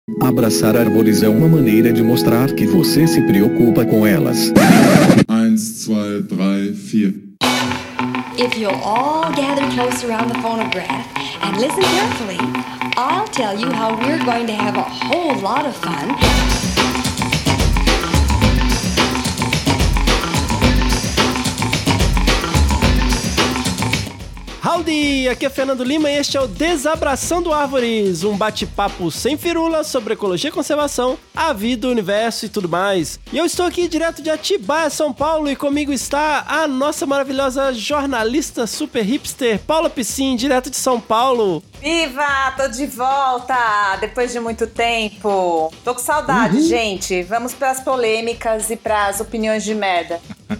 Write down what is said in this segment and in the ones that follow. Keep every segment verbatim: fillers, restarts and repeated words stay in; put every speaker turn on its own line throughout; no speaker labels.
Abraçar árvores é uma maneira de mostrar que você se preocupa com elas.
Eins, zwei, drei, vier.
If you'll all gather close around the phonograph and listen carefully, I'll tell you how we're going to have a whole lot of fun.
Howdy! Aqui é Fernando Lima e este é o Desabraçando Árvores, um bate-papo sem firula sobre ecologia e conservação, a vida, o universo e tudo mais. E eu estou aqui direto de Atibaia, São Paulo, e comigo está a nossa maravilhosa jornalista super hipster, Paula Piscin, direto de São Paulo.
Viva! Tô de volta! Depois de muito tempo. Tô com saudade, uhum. gente. Vamos pras polêmicas e pras opiniões de merda.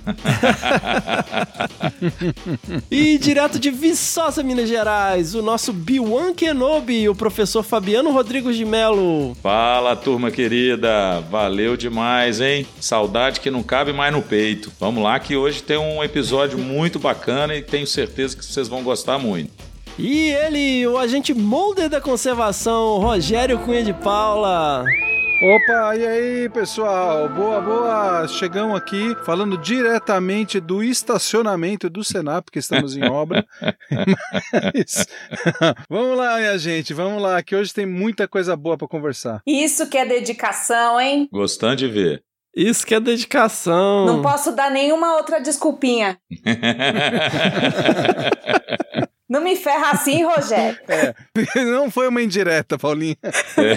E direto de Viçosa, Minas Gerais, o nosso Biwan Kenobi, o professor Fabiano Rodrigo de Melo.
Fala, turma querida. Valeu demais, hein? Saudade que não cabe mais no peito. Vamos lá que hoje tem um episódio muito bacana e tenho certeza que vocês vão gostar muito.
E ele, o agente molder da conservação, Rogério Cunha de Paula.
Opa, e aí pessoal, boa, boa, chegamos aqui falando diretamente do estacionamento do Senap, porque estamos em obra, mas vamos lá, minha gente, vamos lá, que hoje tem muita coisa boa para conversar.
Isso que é dedicação, hein?
Gostando de ver.
Isso que é dedicação.
Não posso dar nenhuma outra desculpinha. Não me ferra assim, Rogério.
É, não foi uma indireta, Paulinha.
É.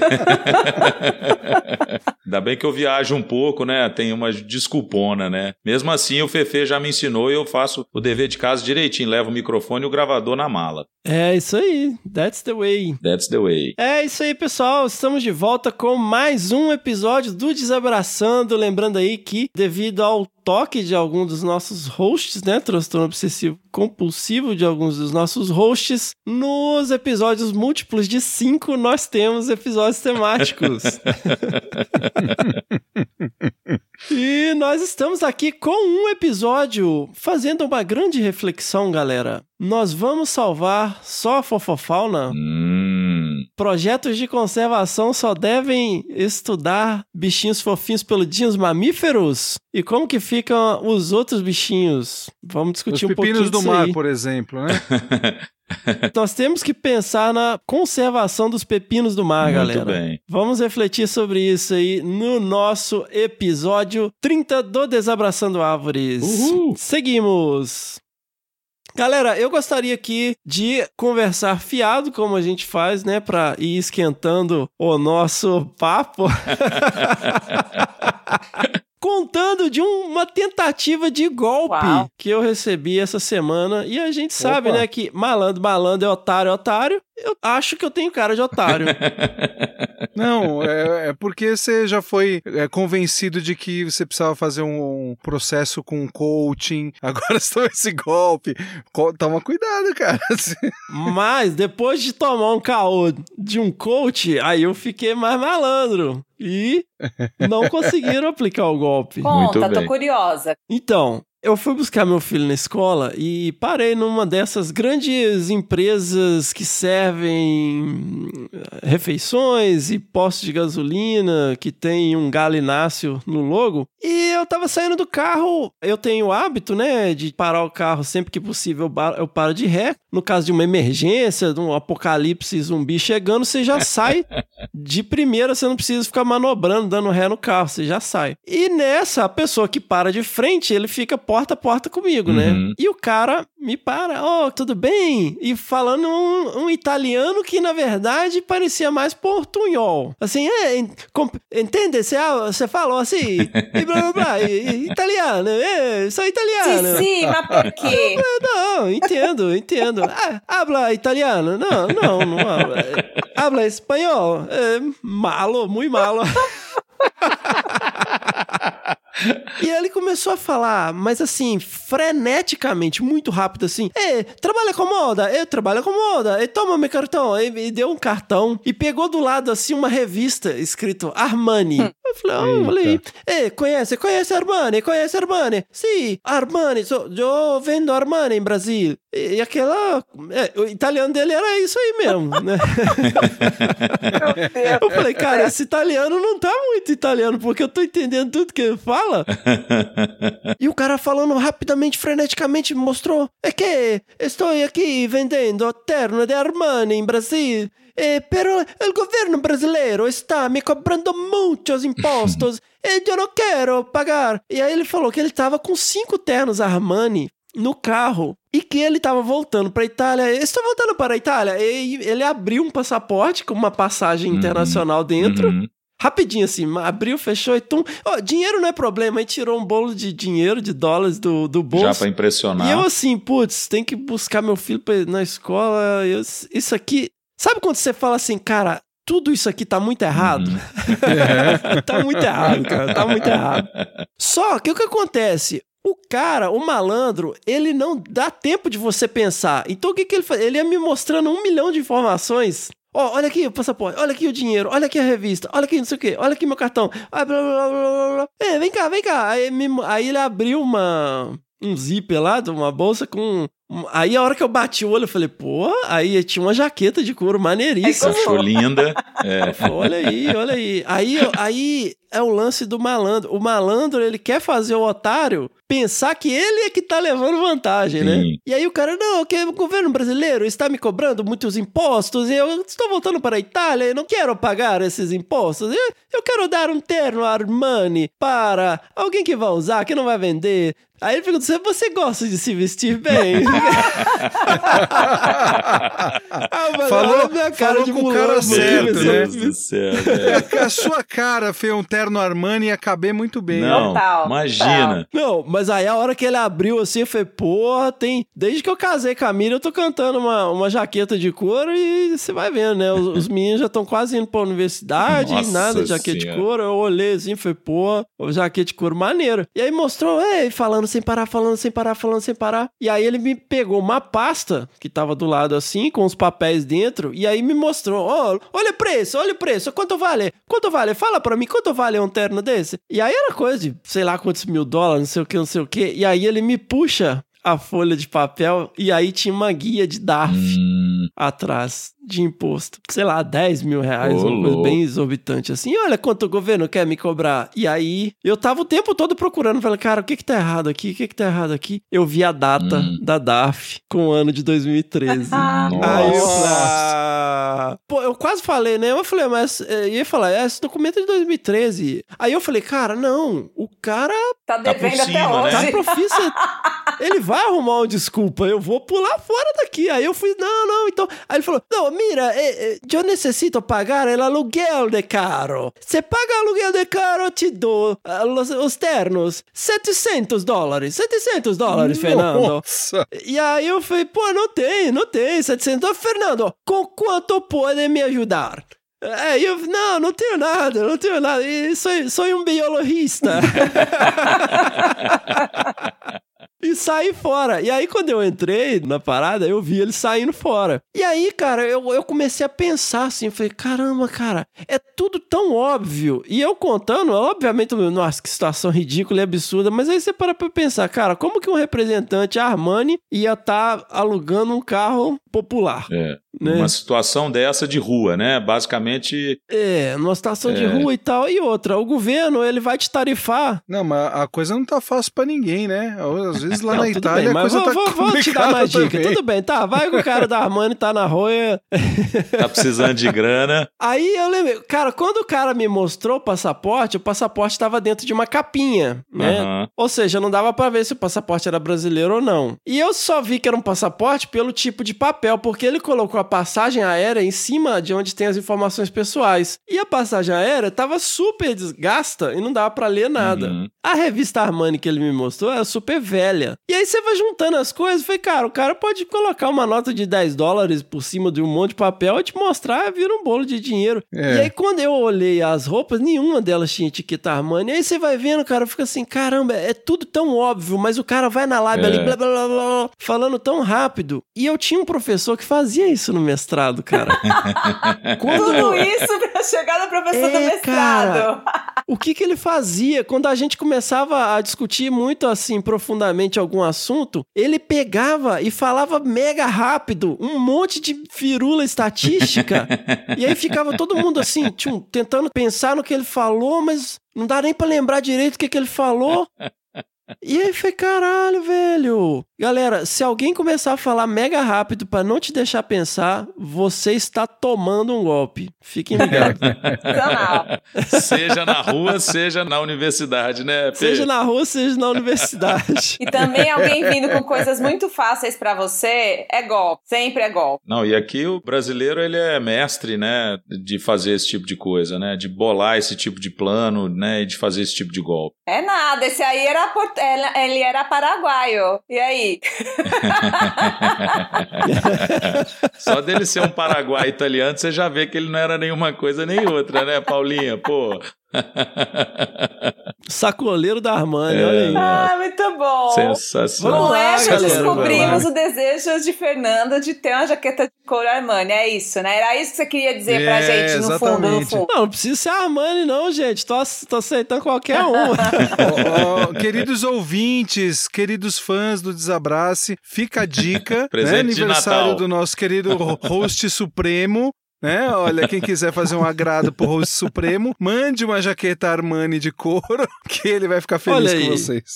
Ainda bem que eu viajo um pouco, né? Tem uma desculpona, né? Mesmo assim, o Fefe já me ensinou e eu faço o dever de casa direitinho. Levo o microfone e o gravador na mala.
É isso aí. That's the way.
That's the way.
É isso aí, pessoal. Estamos de volta com mais um episódio do Desabraçando. Lembrando aí que, devido ao toque de algum dos nossos hosts, né, transtorno obsessivo compulsivo de alguns dos nossos hosts, nos episódios múltiplos de cinco nós temos episódios temáticos. E nós estamos aqui com um episódio fazendo uma grande reflexão, galera. Nós vamos salvar só a fofofauna?
Hum.
Projetos de conservação só devem estudar bichinhos fofinhos peludinhos mamíferos? E como que ficam os outros bichinhos? Vamos discutir um pouquinho disso aí.
Os pepinos do mar, por exemplo, né?
Nós temos que pensar na conservação dos pepinos do mar,
muito
galera.
Bem.
Vamos refletir sobre isso aí no nosso episódio trinta do Desabraçando Árvores.
Uhul.
Seguimos! Galera, eu gostaria aqui de conversar fiado, como a gente faz, né, pra ir esquentando o nosso papo. Contando de um, uma tentativa de golpe Uau. que eu recebi essa semana. E a gente sabe, Opa. né, que malandro, malandro é otário, é otário. Eu acho que eu tenho cara de otário.
Não, é, é porque você já foi é, convencido de que você precisava fazer um, um processo com coaching. Agora você toma esse golpe. Toma cuidado, cara.
Mas depois de tomar um caô de um coach, aí eu fiquei mais malandro. E não conseguiram aplicar o golpe.
Conta, tô curiosa.
Então, eu fui buscar meu filho na escola e parei numa dessas grandes empresas que servem refeições e postos de gasolina, que tem um galináceo no logo. E eu tava saindo do carro, eu tenho o hábito, né, de parar o carro sempre que possível, eu paro de ré. No caso de uma emergência, de um apocalipse zumbi chegando, você já sai de primeira, você não precisa ficar manobrando, dando ré no carro, você já sai. E nessa, a pessoa que para de frente, ele fica porta a porta comigo, né?
Uhum.
E o cara me para, oh, tudo bem? E falando um, um italiano que, na verdade, parecia mais portunhol. Assim, é, entende? Você, você falou assim, e blá, blá, blá, e, italiano, é, sou italiano.
Sim, sim, mas por quê?
Não, entendo, entendo. Ah, habla italiano? Não, não, não habla. Habla espanhol? É, malo, muito malo. E ele começou a falar, mas assim, freneticamente, muito rápido assim. Ei, trabalha com moda? Eu trabalho com moda. E toma meu cartão. E deu um cartão e pegou do lado assim uma revista escrito Armani. Eu falei, ah, falei, eh, conhece, conhece Armani, conhece Armani? Sim, Armani, so, eu vendo Armani em Brasil. E, e aquela, é, o italiano dele era isso aí mesmo, né? Eu falei, cara, esse italiano não tá muito italiano, porque eu tô entendendo tudo que ele fala. E o cara falando rapidamente, freneticamente, mostrou, é que estou aqui vendendo terno de Armani em Brasil. Eh, pero el gobierno brasileiro está me cobrando muitos impostos e eu não quero pagar. E aí ele falou que ele tava com cinco ternos Armani no carro e que ele tava voltando pra Itália. Estou voltando para a Itália. E ele abriu um passaporte com uma passagem
Uhum.
internacional dentro.
Uhum.
Rapidinho assim, abriu, fechou e tum. Oh, dinheiro não é problema. Aí tirou um bolo de dinheiro, de dólares do, do bolso.
Já pra impressionar.
E eu assim, putz, tem que buscar meu filho pra ir na escola. Eu, isso aqui... Sabe quando você fala assim, cara, tudo isso aqui tá muito errado?
Uhum.
Tá muito errado, cara, tá muito errado. Só que o que acontece? O cara, o malandro, ele não dá tempo de você pensar. Então o que que ele faz? Ele ia me mostrando um milhão de informações. Ó, oh, olha aqui o passaporte, olha aqui o dinheiro, olha aqui a revista, olha aqui não sei o quê, olha aqui meu cartão. Ah, blá, blá, blá, blá, blá. É, vem cá, vem cá. Aí, me, aí ele abriu uma... um zíper lá, uma bolsa com... Aí a hora que eu bati o olho, eu falei, pô, aí tinha uma jaqueta de couro maneiríssima.
Achou linda. É.
Olha aí, olha aí. Aí, aí é o lance do malandro. O malandro, ele quer fazer o otário pensar que ele é que tá levando vantagem, né?
Sim.
E aí o cara, não, que o governo brasileiro está me cobrando muitos impostos e eu estou voltando para a Itália e não quero pagar esses impostos. Eu, eu quero dar um terno Armani para alguém que vai usar, que não vai vender. Aí ele pergunta, você gosta de se vestir bem? Ah, mano,
Falou-
olha a minha cara
falou
de
com o
mulão,
cara
mano.
certo,
Meu
né?
Deus do céu, velho.
É, a sua cara fez um terno Armani ia caber muito bem.
Não,
Total,
imagina.
Não, mas aí a hora que ele abriu assim, eu falei, porra, tem... Desde que eu casei com a Miriam, eu tô cantando uma, uma jaqueta de couro e você vai vendo, né? Os, os meninos já estão quase indo pra universidade,
Nossa
nada de jaqueta
Senhora.
de couro. Eu olhei assim, falei, pô, o jaqueta de couro maneiro. E aí mostrou, ei, falando sem parar, falando sem parar, falando sem parar. E aí ele me pegou uma pasta que tava do lado assim, com os papéis dentro, e aí me mostrou, ó, olha o preço, olha o preço, quanto vale? Quanto vale? Fala pra mim, quanto vale um terno desse? E aí era coisa de, sei lá quantos mil dólares, não sei o que, não sei o que. E aí ele me puxa a folha de papel e aí tinha uma guia de D A F
Hum,
atrás de imposto. Sei lá, dez mil reais,
Ô,
uma coisa
louco.
bem exorbitante assim. E olha quanto o governo quer me cobrar. E aí, eu tava o tempo todo procurando. Falei, cara, o que que tá errado aqui? O que que tá errado aqui? Eu vi a data
Hum.
da D A F com o ano de dois mil e treze.
Ah,
Aí eu
Nossa.
falei, ah... Pô, eu quase falei, né? Eu falei, mas... Eu ia falar, é, esse documento é de dois mil e treze. Aí eu falei, cara, não. O cara
Tá
Tá por
devendo até
cima, né?
tá
hoje.
profissa. Ele vai arrumar uma desculpa. Eu vou pular fora daqui. Aí eu fui, não, não, então... Aí ele falou, não, mira, eh, eh, eu necessito pagar o aluguel de carro. Se paga aluguel de carro, eu te dou ah, los, os ternos. setecentos dólares. setecentos dólares, Fernando.
Nossa.
E aí eu falei, pô, não tem, não tem, setecentos. Fernando, com quanto pode me ajudar? Aí eu, não, não tenho nada, não tenho nada. E sou, sou um biologista. E saí fora. E aí, quando eu entrei na parada, eu vi ele saindo fora. E aí, cara, eu, eu comecei a pensar assim, eu falei, caramba, cara, é tudo tão óbvio. E eu contando, obviamente, nossa, que situação ridícula e absurda, mas aí você para pra pensar, cara, como que um representante Armani ia estar alugando um carro popular?
é.
Né?
Uma situação dessa de rua, né? Basicamente,
É, numa situação de
É.
rua e tal. E outra, o governo, ele vai te tarifar.
Não, mas a coisa não tá fácil pra ninguém, né? Às vezes lá
Não,
na
tudo
Itália
bem,
a
mas
coisa
vou,
tá
vou, vou te
complicada
dar mais dica.
também.
Tudo bem, tá? Vai que o cara da Armani tá na roia.
tá precisando de grana.
Aí eu lembrei, cara, quando o cara me mostrou o passaporte, o passaporte tava dentro de uma capinha, né?
Aham.
Ou seja, não dava pra ver se o passaporte era brasileiro ou não. E eu só vi que era um passaporte pelo tipo de papel, porque ele colocou a passagem aérea em cima de onde tem as informações pessoais. E a passagem aérea tava super desgasta e não dava pra ler nada.
Uhum.
A revista Armani que ele me mostrou era super velha. E aí você vai juntando as coisas, foi, cara, o cara pode colocar uma nota de dez dólares por cima de um monte de papel e te mostrar, vira um bolo de dinheiro.
É.
E aí quando eu olhei as roupas, nenhuma delas tinha etiqueta Armani. Aí você vai vendo, cara, fica assim, caramba, é tudo tão óbvio, mas o cara vai na live
É.
ali, blá, blá, blá, blá, falando tão rápido. E eu tinha um professor que fazia isso no mestrado, cara. Quando
Tudo isso pra chegar no professor do
É,
mestrado.
o que que ele fazia quando a gente começava a discutir muito assim profundamente algum assunto, ele pegava e falava mega rápido, um monte de firula estatística, e aí ficava todo mundo assim, tchum, tentando pensar no que ele falou, mas não dá nem pra lembrar direito o que que ele falou. E aí foi, caralho, velho. Galera, se alguém começar a falar mega rápido pra não te deixar pensar, você está tomando um golpe. Fiquem ligados.
Seja na rua, seja na universidade, né, Pedro?
Seja na rua, seja na universidade.
E também alguém vindo com coisas muito fáceis pra você, é golpe. Sempre é golpe.
Não, e aqui o brasileiro, ele é mestre, né, de fazer esse tipo de coisa, né, de bolar esse tipo de plano, né, e de fazer esse tipo de golpe.
É nada, esse aí era, port... ele era paraguaio. E aí?
Só dele ser um paraguai italiano, você já vê que ele não era nenhuma coisa nem outra, né, Paulinha? Pô...
Sacoleiro da Armani,
é.
olha aí.
Ah, muito bom.
Sensacional.
Com essa
galera,
descobrimos o desejo de Fernanda de ter uma jaqueta de couro Armani, é isso, né? Era isso que você queria dizer
É,
pra gente no
exatamente.
fundo, no fundo.
Não, não precisa ser Armani não, gente. Tô, tô aceitando qualquer um.
Ó, ó, queridos ouvintes, queridos fãs do Desabrace, fica a dica, né?
Presente de
Aniversário
Natal.
do nosso querido host supremo, né? Olha, quem quiser fazer um agrado pro host supremo, mande uma jaqueta Armani de couro, que ele vai ficar feliz
Olha
com
aí.
vocês.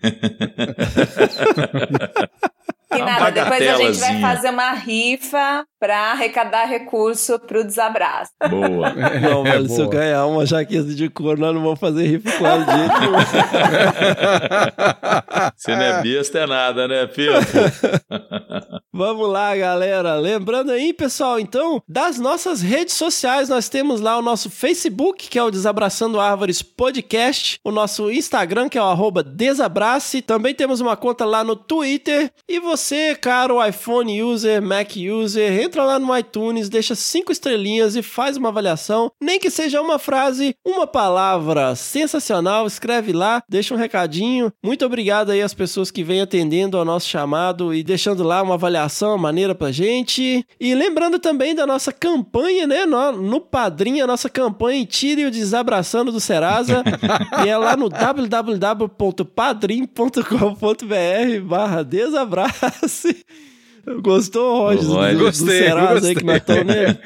E
Uma
nada, depois a gente vai
bagatelazinha.
fazer uma rifa pra arrecadar recurso pro Desabraço.
Boa.
Não, velho, se eu
boa.
ganhar uma jaqueta de couro, nós não vamos fazer rifa com ela de jeito nenhum.
Você não é besta, é nada, né, filho?
Vamos lá, galera. Lembrando aí, pessoal, então, das nossas redes sociais, nós temos lá o nosso Facebook, que é o Desabraçando Árvores Podcast, o nosso Instagram, que é o arroba Desabrace, também temos uma conta lá no Twitter, e você, caro iPhone user, Mac user, entra lá no iTunes, deixa cinco estrelinhas e faz uma avaliação, nem que seja uma frase, uma palavra sensacional, escreve lá, deixa um recadinho. Muito obrigado aí às pessoas que vêm atendendo ao nosso chamado e deixando lá uma avaliação maneira pra gente. E lembrando também da nossa campanha, né, no, no Padrim, a nossa campanha Tire o Desabraçando do Serasa, e é lá no w w w ponto padrim ponto com ponto b r barra desabrace. Gostou, Roger? Do, do,
Gostei,
do Serasa
gostei.
aí que nós estamos nele?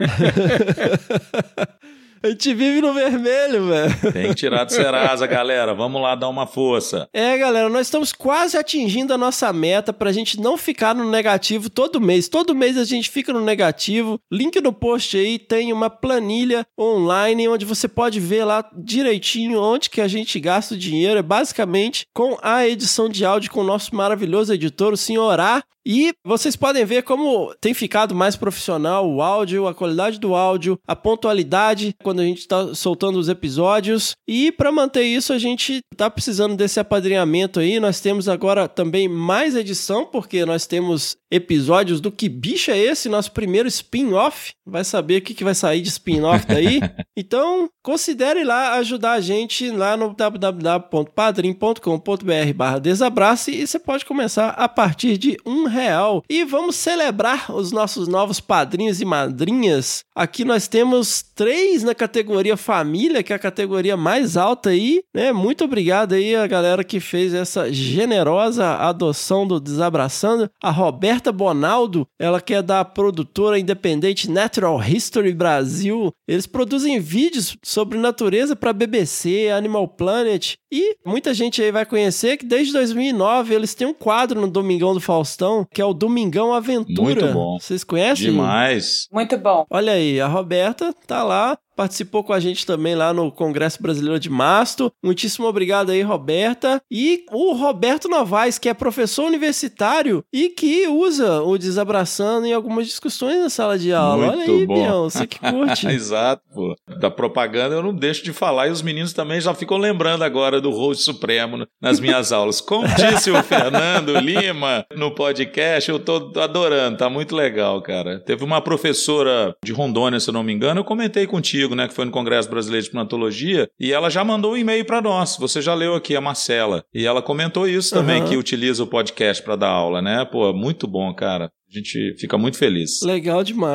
A gente vive no vermelho, velho.
Tem que tirar do Serasa, galera. Vamos lá dar uma força.
É, galera, nós estamos quase atingindo a nossa meta pra gente não ficar no negativo todo mês. Todo mês a gente fica no negativo. Link no post aí, tem uma planilha online onde você pode ver lá direitinho onde que a gente gasta o dinheiro. É basicamente com a edição de áudio com o nosso maravilhoso editor, o senhor A. E vocês podem ver como tem ficado mais profissional o áudio, a qualidade do áudio, a pontualidade quando a gente está soltando os episódios. E para manter isso, a gente tá precisando desse apadrinhamento aí. Nós temos agora também mais edição, porque nós temos episódios do Que Bicho é Esse? Nosso primeiro spin-off. Vai saber o que, que vai sair de spin-off daí. Então, considere lá ajudar a gente lá no w w w ponto padrim ponto com ponto b r barra desabrace e você pode começar a partir de um real. E vamos celebrar os nossos novos padrinhos e madrinhas. Aqui nós temos três na categoria família, que é a categoria mais alta aí, né? Muito obrigado aí a galera que fez essa generosa adoção do Desabraçando. A Roberta Bonaldo, ela que é da produtora independente Natural History Brasil. Eles produzem vídeos sobre natureza para B B C, Animal Planet, e muita gente aí vai conhecer que desde dois mil e nove eles têm um quadro no Domingão do Faustão, que é o Domingão Aventura.
Muito bom.
Vocês conhecem?
Demais.
Muito bom.
Olha aí, a Roberta tá lá, participou com a gente também lá no Congresso Brasileiro de Masto. Muitíssimo obrigado aí, Roberta. E o Roberto Novaes, que é professor universitário e que usa o Desabraçando em algumas discussões na sala de aula.
Muito
Olha aí,
bom.
Bião, você que curte.
Exato, pô. Da propaganda eu não deixo de falar e os meninos também já ficam lembrando agora do host supremo nas minhas aulas. Como disse o Fernando Lima no podcast, eu tô adorando, tá muito legal, cara. Teve uma professora de Rondônia, se eu não me engano, eu comentei contigo, né, que foi no Congresso Brasileiro de Plantologia, e ela já mandou um e-mail para nós. Você já leu aqui, a Marcela. E ela comentou isso também,
Uhum.
que utiliza o podcast para dar aula, né? Pô, muito bom, cara. A gente fica muito feliz.
Legal demais.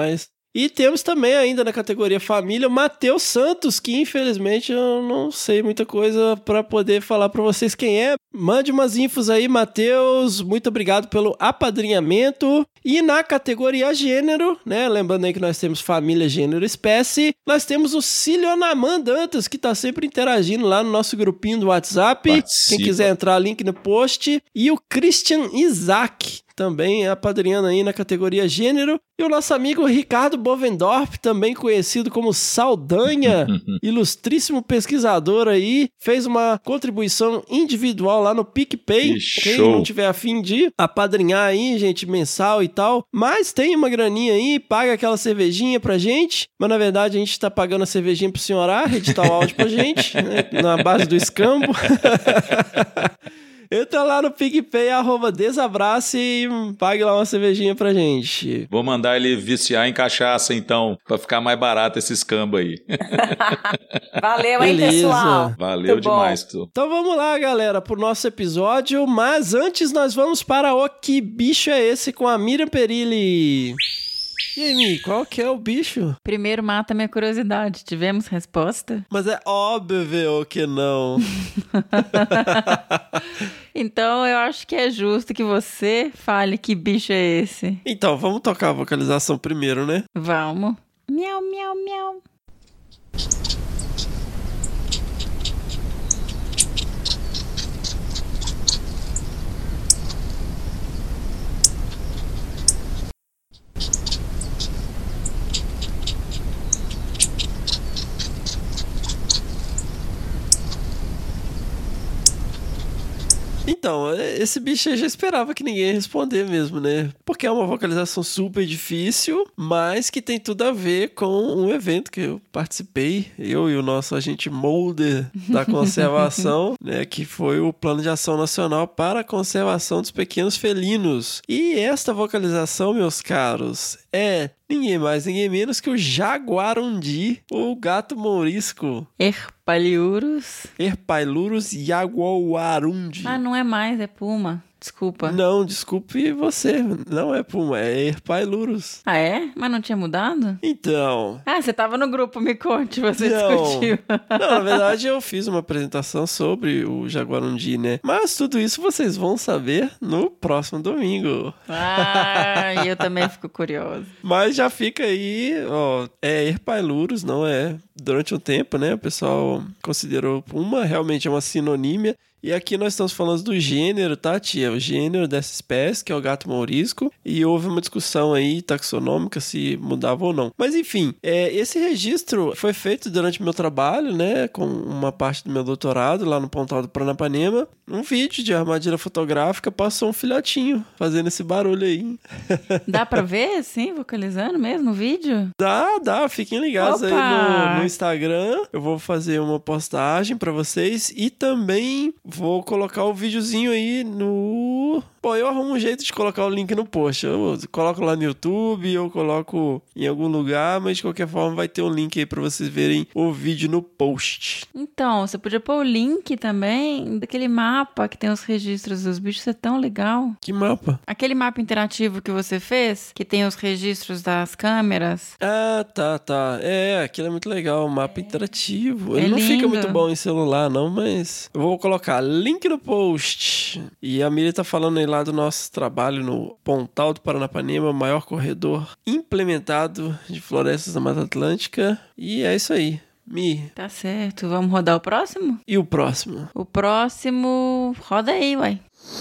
E temos também ainda na categoria família o Matheus Santos, que infelizmente eu não sei muita coisa para poder falar para vocês quem é. Mande umas infos aí, Matheus. Muito obrigado pelo apadrinhamento. E na categoria gênero, né? Lembrando aí que nós temos família, gênero, espécie. Nós temos o Cilionaman Dantas, que tá sempre interagindo lá no nosso grupinho do WhatsApp.
Participa.
Quem quiser entrar, link no post. E o Christian Isaac, também é apadrinhando aí na categoria gênero. E o nosso amigo Ricardo Bovendorp, também conhecido como Saldanha, ilustríssimo pesquisador aí, fez uma contribuição individual lá no PicPay.
Que
Quem
show.
não tiver a fim de apadrinhar aí, gente, mensal e tal. Mas tem uma graninha aí, paga aquela cervejinha pra gente. Mas na verdade a gente tá pagando a cervejinha pro senhorar, editar o áudio pra gente, né, na base do escambo. Entra lá no PicPay, arroba Desabrace e pague lá uma cervejinha pra gente.
Vou mandar ele viciar em cachaça, então, pra ficar mais barato esse escambo aí.
Valeu, hein,
Beleza.
pessoal?
Valeu
Muito bom.
demais, tu.
Então vamos lá, galera, pro nosso episódio. Mas antes nós vamos para o Que Bicho é Esse com a Miriam Perilli. E aí, Mi, qual que é o bicho?
Primeiro mata minha curiosidade. Tivemos resposta?
Mas é óbvio que não.
Então eu acho que é justo que você fale que bicho é esse.
Então, vamos tocar a vocalização primeiro, né?
Vamos. Miau, miau, miau.
Então, esse bicho eu já esperava que ninguém ia responder mesmo, né? Porque é uma vocalização super difícil, mas que tem tudo a ver com um evento que eu participei, eu e o nosso agente Mulder da conservação, né? Que foi o Plano de Ação Nacional para a Conservação dos Pequenos Felinos. E esta vocalização, meus caros, é ninguém mais, ninguém menos que o Jaguarundi, o gato mourisco.
Herpaliurus.
Herpailurus jaguarundi.
Ah, não é mais, é puma. Desculpa.
Não, desculpe você. Não é puma, é Herpailurus.
Ah, é? Mas não tinha mudado?
Então...
Ah, você tava no grupo, me conte, você
Não.
discutiu.
Não, na verdade eu fiz uma apresentação sobre o Jaguarundi, né? Mas tudo isso vocês vão saber no próximo domingo.
Ah, e eu também fico curiosa.
Mas já fica aí, ó, é Herpailurus, não é? Durante um tempo, né, o pessoal considerou puma, realmente é uma sinonímia. E aqui nós estamos falando do gênero, tá, tia? O gênero dessa espécie, que é o gato mourisco. E houve uma discussão aí taxonômica se mudava ou não. Mas enfim, é, esse registro foi feito durante meu trabalho, né? Com uma parte do meu doutorado lá no Pontal do Paranapanema. Um vídeo de armadilha fotográfica, passou um filhotinho fazendo esse barulho aí.
Dá pra ver, assim, vocalizando mesmo no vídeo?
Dá, dá. Fiquem ligados
Opa!
aí no, no Instagram. Eu vou fazer uma postagem pra vocês e também vou colocar o videozinho aí no... Bom, eu arrumo um jeito de colocar o link no post. Eu coloco lá no YouTube, eu coloco em algum lugar, mas de qualquer forma vai ter um link aí pra vocês verem o vídeo no post.
Então, você podia pôr o link também daquele mapa que tem os registros dos bichos, é tão legal.
Que mapa?
Aquele mapa interativo que você fez, que tem os registros das câmeras.
Ah, tá, tá. É, aquilo é muito legal, um mapa interativo.
É
Ele não fica
lindo.
muito bom em celular, não, mas eu vou colocar link no post. E a Miri tá falando aí lá do nosso trabalho no Pontal do Paranapanema, maior corredor implementado de florestas da Mata Atlântica. E é isso aí. Mi.
Tá certo, vamos rodar o próximo?
E o próximo?
O próximo... Roda aí, uai.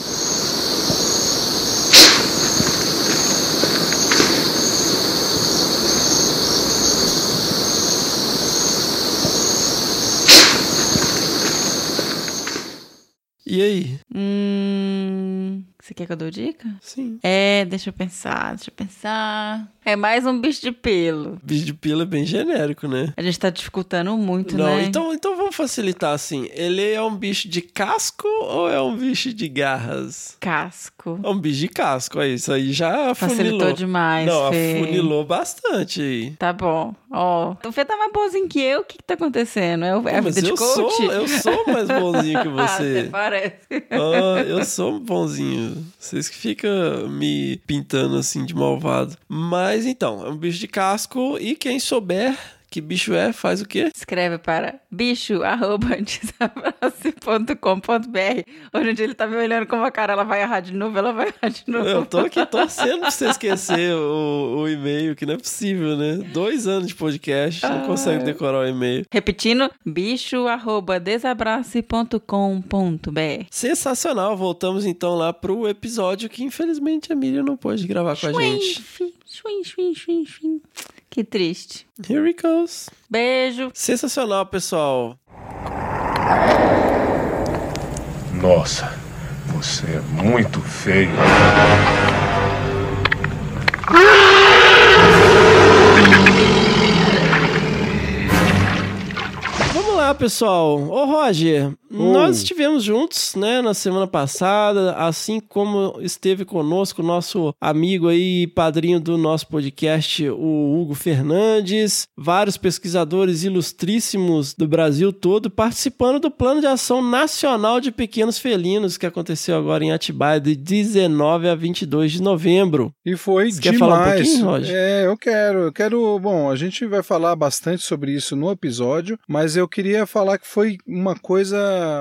E aí?
Hum... Você quer que eu dou dica?
Sim.
É, deixa eu pensar, deixa eu pensar. É mais um bicho de pelo.
Bicho de pelo é bem genérico, né?
A gente tá dificultando muito,
Não,
né?
então, então vamos facilitar assim. Ele é um bicho de casco ou é um bicho de garras?
Casco.
É um bicho de casco, é isso aí já afunilou.
Facilitou demais,
Não,
Fê.
afunilou bastante aí.
Tá bom. ó. O Fê tá mais bonzinho que eu, o que que tá acontecendo? É, o- é a
Mas
vida de
eu
coach?
sou, eu sou mais bonzinho que
Ah,
você.
você parece.
Ah, eu sou bonzinho. Vocês que ficam me pintando assim de malvado. Mas então, é um bicho de casco e quem souber que bicho é, faz o quê?
Escreve para bicho arroba desabrace ponto com ponto br. Hoje em dia ele tá me olhando com uma cara, ela vai errar de novo, ela vai errar de novo.
Eu tô aqui torcendo pra você esquecer o, o e-mail, que não é possível, né? Dois anos de podcast, não consegue decorar o e-mail.
Repetindo, bicho arroba desabrace ponto com ponto br.
Sensacional, voltamos então lá pro episódio que infelizmente a Miriam não pôde gravar com a gente.
Swing, swing, swing, swing. Que triste.
Here it goes.
Beijo.
Sensacional, pessoal.
Nossa, você é muito feio.
Vamos lá, pessoal. Ô, Roger, nós estivemos juntos, né, na semana passada, assim como esteve conosco o nosso amigo aí, padrinho do nosso podcast, o Hugo Fernandes, vários pesquisadores ilustríssimos do Brasil todo participando do Plano de Ação Nacional de Pequenos Felinos, que aconteceu agora em Atibaia, de dezenove a vinte e dois de novembro.
E foi
Você
demais.
quer falar um pouquinho, Roger?
É, eu quero. Eu quero. Bom, a gente vai falar bastante sobre isso no episódio, mas eu queria falar que foi uma coisa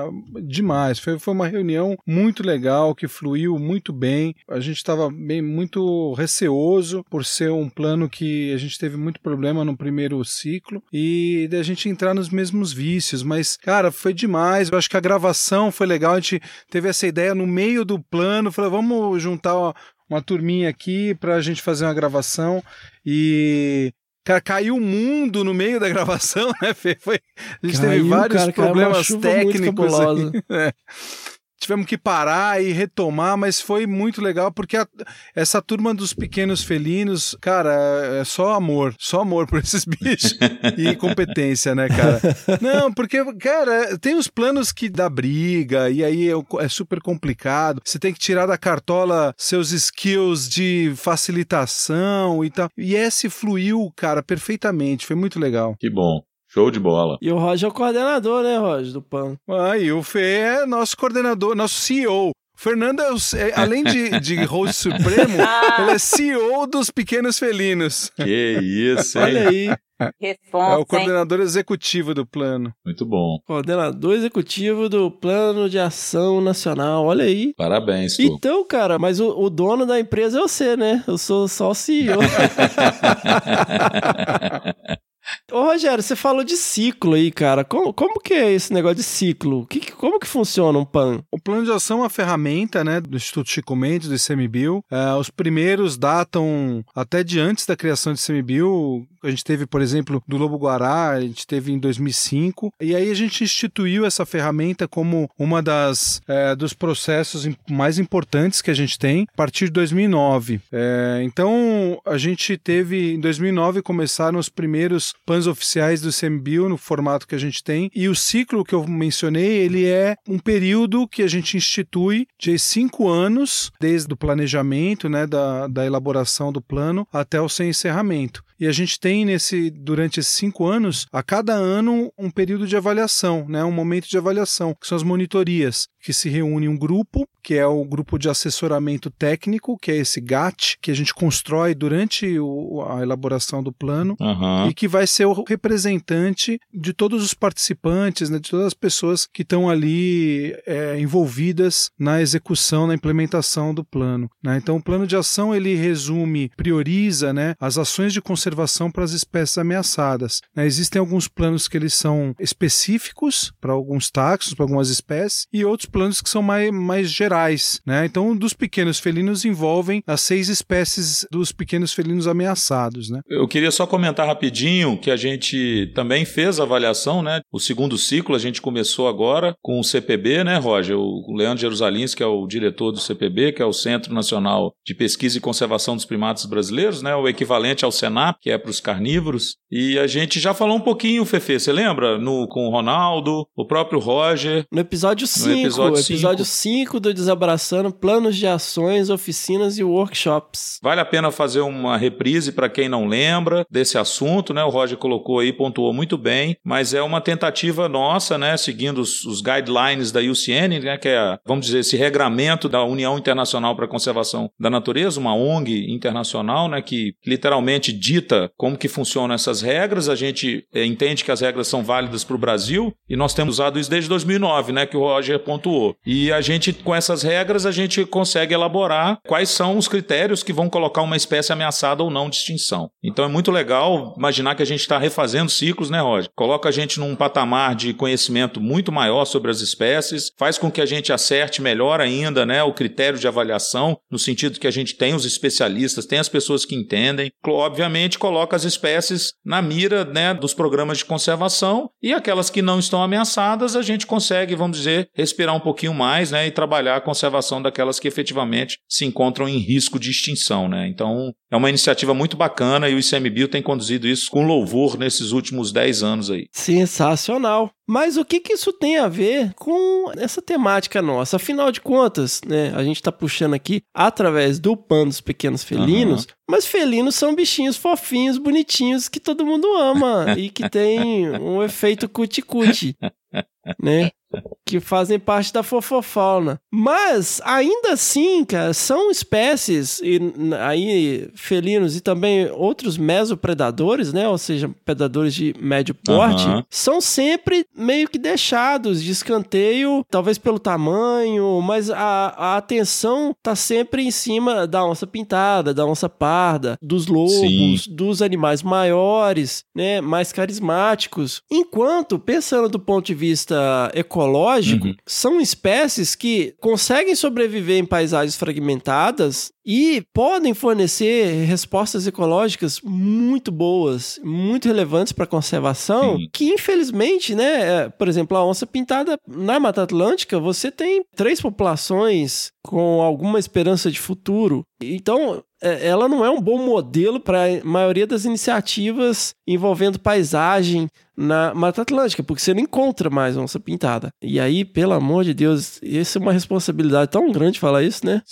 demais. Foi, foi uma reunião muito legal, que fluiu muito bem. A gente estava bem muito receoso por ser um plano que a gente teve muito problema no primeiro ciclo e da gente entrar nos mesmos vícios. Mas, cara, foi demais. Eu acho que a gravação foi legal. A gente teve essa ideia no meio do plano. Falei, vamos juntar uma, uma turminha aqui pra gente fazer uma gravação e... Cara, caiu o mundo no meio da gravação, né, Fê? Foi, a gente
Caiu,
teve vários
cara, caiu uma
problemas
chuva muito
técnicos.
cabulosa.
Assim, é. Tivemos que parar e retomar, mas foi muito legal, porque a, essa turma dos pequenos felinos, cara, é só amor, só amor por esses bichos e competência, né, cara? Não, porque, cara, tem os planos que dá briga, e aí é, é super complicado, você tem que tirar da cartola seus skills de facilitação e tal, e esse fluiu, cara, perfeitamente, foi muito legal.
Que bom. Show de bola.
E o Roger é o coordenador, né, Roger, do P A N.
Ah, e o Fê é nosso coordenador, nosso C E O. Fernando, é o, é, além de, de host supremo, ele é C E O dos Pequenos Felinos.
Que isso, hein?
Olha aí.
Responsa,
É o coordenador executivo do plano.
Muito bom.
Coordenador executivo do Plano de Ação Nacional, olha aí.
Parabéns, tu.
Então, cara, mas o, o dono da empresa é você, né? Eu sou só o C E O. Ô, Rogério, você falou de ciclo aí, cara. Como, como que é esse negócio de ciclo? Que, como que funciona um P A N?
O plano de ação é uma ferramenta, né, do Instituto Chico Mendes, do I C M B I L. É, os primeiros datam até de antes da criação do I C M B I L. A gente teve, por exemplo, do Lobo Guará, a gente teve em dois mil e cinco. E aí a gente instituiu essa ferramenta como uma das é, dos processos mais importantes que a gente tem a partir de dois mil e nove. É, então, a gente teve, em dois mil e nove, começaram os primeiros P A Ns oficiais do I C M B I L no formato que a gente tem. E o ciclo que eu mencionei, ele é um período que a gente institui de cinco anos, desde o planejamento, né, da, da elaboração do plano até o seu encerramento. E a gente tem nesse, durante esses cinco anos, a cada ano, um período de avaliação, né? Um momento de avaliação, que são as monitorias, que se reúne um grupo, que é o grupo de assessoramento técnico, que é esse G A T, que a gente constrói durante o, a elaboração do plano,
Uhum.
e que vai ser o representante de todos os participantes, né? De todas as pessoas que estão ali é, envolvidas na execução, na implementação do plano, né? Então, o plano de ação, ele resume, prioriza, né, as ações de conservação para as espécies ameaçadas. Né? Existem alguns planos que eles são específicos para alguns taxos, para algumas espécies, e outros planos que são mais, mais gerais. Né? Então, dos pequenos felinos envolvem as seis espécies dos pequenos felinos ameaçados. Né?
Eu queria só comentar rapidinho que a gente também fez a avaliação, né? O segundo ciclo a gente começou agora com o C P B, né, Roger? O Leandro Jerusalins, que é o diretor do C P B, que é o Centro Nacional de Pesquisa e Conservação dos Primatas Brasileiros, né? O equivalente ao Senap. que é para os carnívoros. E a gente já falou um pouquinho, Fefe, você lembra? No, com o Ronaldo, o próprio Roger.
No episódio cinco, episódio, episódio cinco do Desabraçando, planos de ações, oficinas e workshops.
Vale a pena fazer uma reprise para quem não lembra desse assunto, né? O Roger colocou aí, pontuou muito bem, mas é uma tentativa nossa, né? Seguindo os, os guidelines da U C N, né? Que é, vamos dizer, esse regramento da União Internacional para a Conservação da Natureza, uma O N G internacional, né? Que literalmente dita como que funcionam essas regras. A gente é, entende que as regras são válidas para o Brasil e nós temos usado isso desde dois mil e nove, né? Que o Roger pontuou. E a gente, com essas regras, a gente consegue elaborar quais são os critérios que vão colocar uma espécie ameaçada ou não de extinção. Então é muito legal imaginar que a gente está refazendo ciclos, né, Roger? Coloca a gente num patamar de conhecimento muito maior sobre as espécies, faz com que a gente acerte melhor ainda, né, o critério de avaliação, no sentido que a gente tem os especialistas, tem as pessoas que entendem. Obviamente, coloca as espécies na mira, né, dos programas de conservação e aquelas que não estão ameaçadas, a gente consegue, vamos dizer, respirar um pouquinho mais, né, e trabalhar a conservação daquelas que efetivamente se encontram em risco de extinção, né? Então, é uma iniciativa muito bacana e o ICMBio tem conduzido isso com louvor nesses últimos dez anos aí.
Sensacional! Mas o que que isso tem a ver com essa temática nossa? Afinal de contas, né, a gente está puxando aqui através do pano dos pequenos felinos, uhum. Mas felinos são bichinhos fofinhos, bonitinhos, que todo mundo ama e que tem um efeito cuti-cuti, né? Que fazem parte da fofofauna. Mas, ainda assim, cara, são espécies, e aí felinos e também outros mesopredadores, né? Ou seja, predadores de médio porte, uhum. São sempre meio que deixados de escanteio, talvez pelo tamanho, mas a, a atenção tá sempre em cima da onça pintada, da onça parda, dos lobos, Sim. dos animais maiores, né? Mais carismáticos. Enquanto, pensando do ponto de vista ecológico, ecológico, uhum. São espécies que conseguem sobreviver em paisagens fragmentadas e podem fornecer respostas ecológicas muito boas, muito relevantes para a conservação, Sim. que infelizmente, né, por exemplo, a onça pintada na Mata Atlântica, você tem três populações com alguma esperança de futuro. Então, ela não é um bom modelo para a maioria das iniciativas envolvendo paisagem na Mata Atlântica, porque você não encontra mais onça pintada. E aí, pelo amor de Deus, essa é uma responsabilidade tão grande falar isso, né?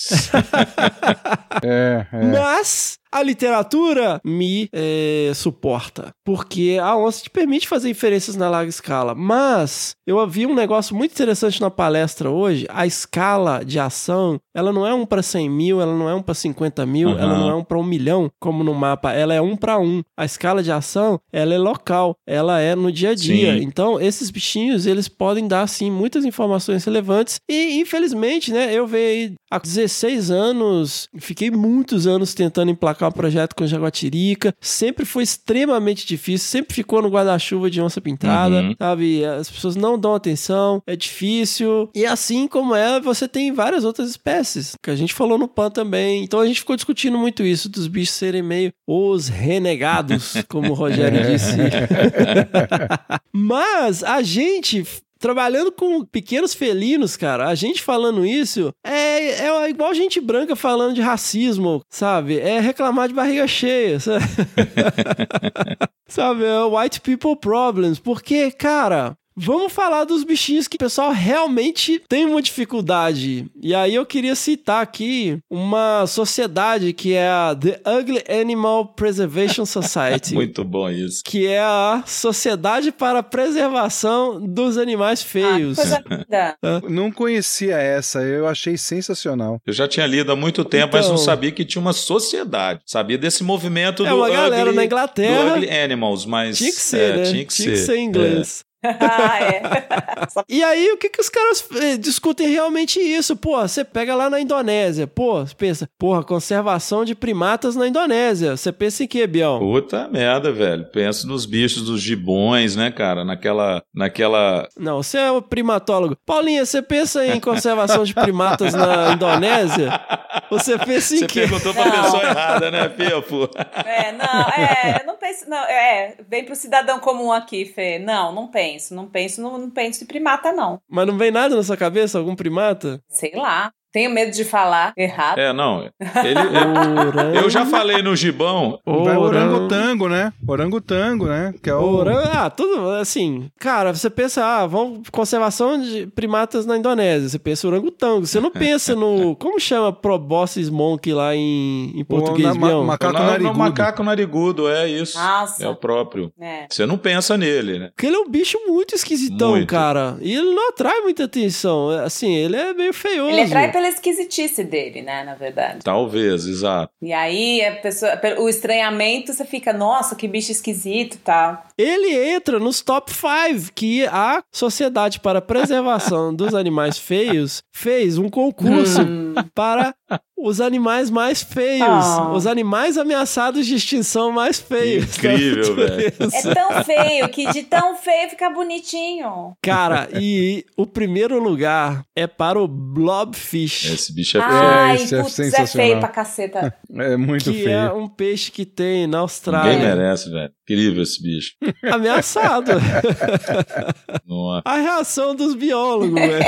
é, é.
Mas a literatura me é, suporta, porque a onça te permite fazer inferências na larga escala. Mas eu vi um negócio muito interessante na palestra hoje. A escala de ação, ela não é um para cem mil, ela não é um para cinquenta mil, uhum. Ela não é um para um milhão, como no mapa. Ela é um para um. A escala de ação, ela é local, ela é no dia a dia. Sim. Então, esses bichinhos, eles podem dar, sim, muitas informações relevantes. E, infelizmente, né, eu venho aí há dezesseis anos, fiquei muitos anos tentando emplacar um projeto com jaguatirica, sempre foi extremamente difícil, sempre ficou no guarda-chuva de onça pintada, uhum. Sabe? As pessoas não dão atenção, é difícil. E assim como é, você tem várias outras espécies, que a gente falou no P A N também. Então a gente ficou discutindo muito isso, dos bichos serem meio os renegados, como o Rogério disse. Mas a gente... trabalhando com pequenos felinos, cara, a gente falando isso é, é igual gente branca falando de racismo, sabe? É reclamar de barriga cheia, sabe? Sabe? É white people problems. Porque, cara... vamos falar dos bichinhos que o pessoal realmente tem uma dificuldade. E aí eu queria citar aqui uma sociedade que é a The Ugly Animal Preservation Society.
Muito bom isso.
Que é a Sociedade para a Preservação dos Animais Feios.
Ah, coisa linda.
Não conhecia essa, eu achei sensacional.
Eu já tinha lido há muito tempo, então, mas não sabia que tinha uma sociedade. Sabia desse movimento
é
do,
uma galera
ugly,
na Inglaterra,
do Ugly Animals, mas...
Tinha que ser,
é,
né?
Tinha que
tinha
ser,
que ser em inglês.
É.
Ah, é.
E aí, o que que os caras eh, discutem realmente isso? Pô, você pega lá na Indonésia, pô, você pensa, porra, conservação de primatas na Indonésia. Você pensa em quê, Biel?
Puta merda, velho. Penso nos bichos dos gibões, né, cara? Naquela... naquela...
Não, você é o primatólogo. Paulinha, você pensa em conservação de primatas na Indonésia? Você pensa em
você
quê?
Você perguntou pra não. pessoa errada, né, Pipo?
É, não, é, não penso, não, é, vem pro cidadão comum aqui, Fê. Não, não penso. Não penso, não, não penso em primata, não.
Mas não vem nada na sua cabeça? Algum primata?
Sei lá. Tenho medo de falar errado.
É, não. Ele, eu, eu já falei no Gibão.
Vai orangotango, né? Orangotango, né? Que é o...
Orang... Ah, tudo assim. Cara, você pensa, ah, vamos conservação de primatas na Indonésia. Você pensa orangotango. Você não pensa no... Como chama Proboscis monk lá em, em português,
na,
Bião?
Macaco
não,
narigudo.
Não, macaco narigudo, é isso.
Nossa.
É o próprio.
É.
Você não pensa nele, né?
Porque ele é um bicho muito esquisitão,
Muito.
cara. E ele não atrai muita atenção. Assim, ele é meio feioso.
Ele atrai pela esquisitice dele, né, na verdade.
Talvez, exato.
E aí, a pessoa, o estranhamento, você fica, nossa, que bicho esquisito e tal.
Ele entra nos top cinco, que a Sociedade para a Preservação dos Animais Feios fez um concurso para os animais mais feios,
Oh.
os animais ameaçados de extinção mais feios.
Incrível, velho.
É tão feio que de tão feio fica bonitinho.
Cara, e o primeiro lugar é para o Blobfish,
Esse bicho é feio.
Ai,
isso é
putz, é
sensacional.
feio pra caceta.
É muito
que
feio.
é um peixe que tem na Austrália.
Ninguém merece, velho. Incrível esse bicho.
Ameaçado.
Nossa.
A reação dos biólogos, velho.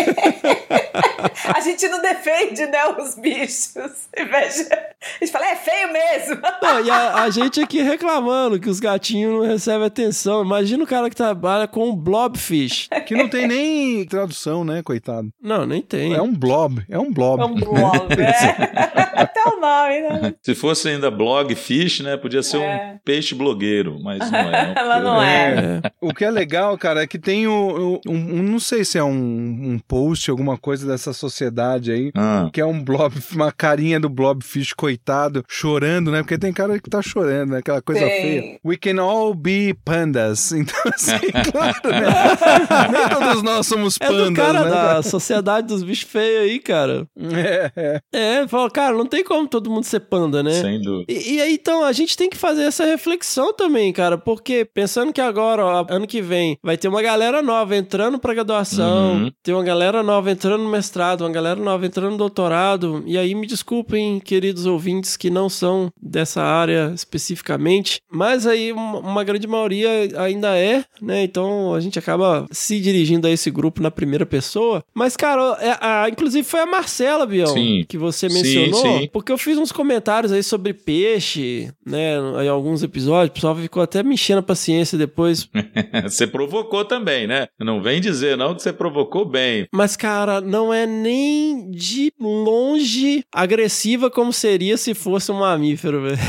A gente não defende, né, os bichos. Em vez de- A gente fala, é feio mesmo.
Não, e a, a gente aqui reclamando que os gatinhos não recebem atenção. Imagina o cara que trabalha com um blobfish.
Que não tem nem tradução, né, coitado?
Não, nem tem.
É um blob, é um blob.
É um blob, é. Até o nome, né?
Se fosse ainda blog fish, né? Podia ser
É.
um peixe blogueiro, mas não é.
Ela não é.
É.
O que é legal, cara, é que tem o, o- um, um- não sei se é um, um post, alguma coisa dessa sociedade aí,
Ah,
que é um blob, uma carinha do blobfish, coitado, chorando, né? Porque tem cara que tá chorando, né? Aquela coisa
Tem.
feia. We can all be pandas. Então, assim, claro, né? Nem todos nós somos
É
pandas,
do cara
né?
da Sociedade dos Bichos Feios aí, cara.
É, é.
É, fala, cara, não tem como todo mundo ser panda, né?
sem dúvida.
E, e aí, então, a gente tem que fazer essa reflexão também, cara, porque pensando que agora, ó, ano que vem, vai ter uma galera nova entrando pra graduação,
Uhum.
tem uma galera nova entrando no mestrado, uma galera nova entrando no doutorado, e aí me desculpem, queridos ouvintes que não são dessa área especificamente, mas aí uma, uma grande maioria ainda é, né, então a gente acaba se dirigindo a esse grupo na primeira pessoa, mas, cara, é, a, inclusive foi a Marcela, Bião,
Sim.
que você
Sim,
mencionou,
sim.
porque eu fiz uns comentários aí sobre peixe, né, em alguns episódios, o pessoal ficou até me enchendo a paciência depois.
Você provocou também, né? Não vem dizer não que você provocou bem.
Mas, cara, não é nem de longe agressiva como seria se fosse um mamífero, velho.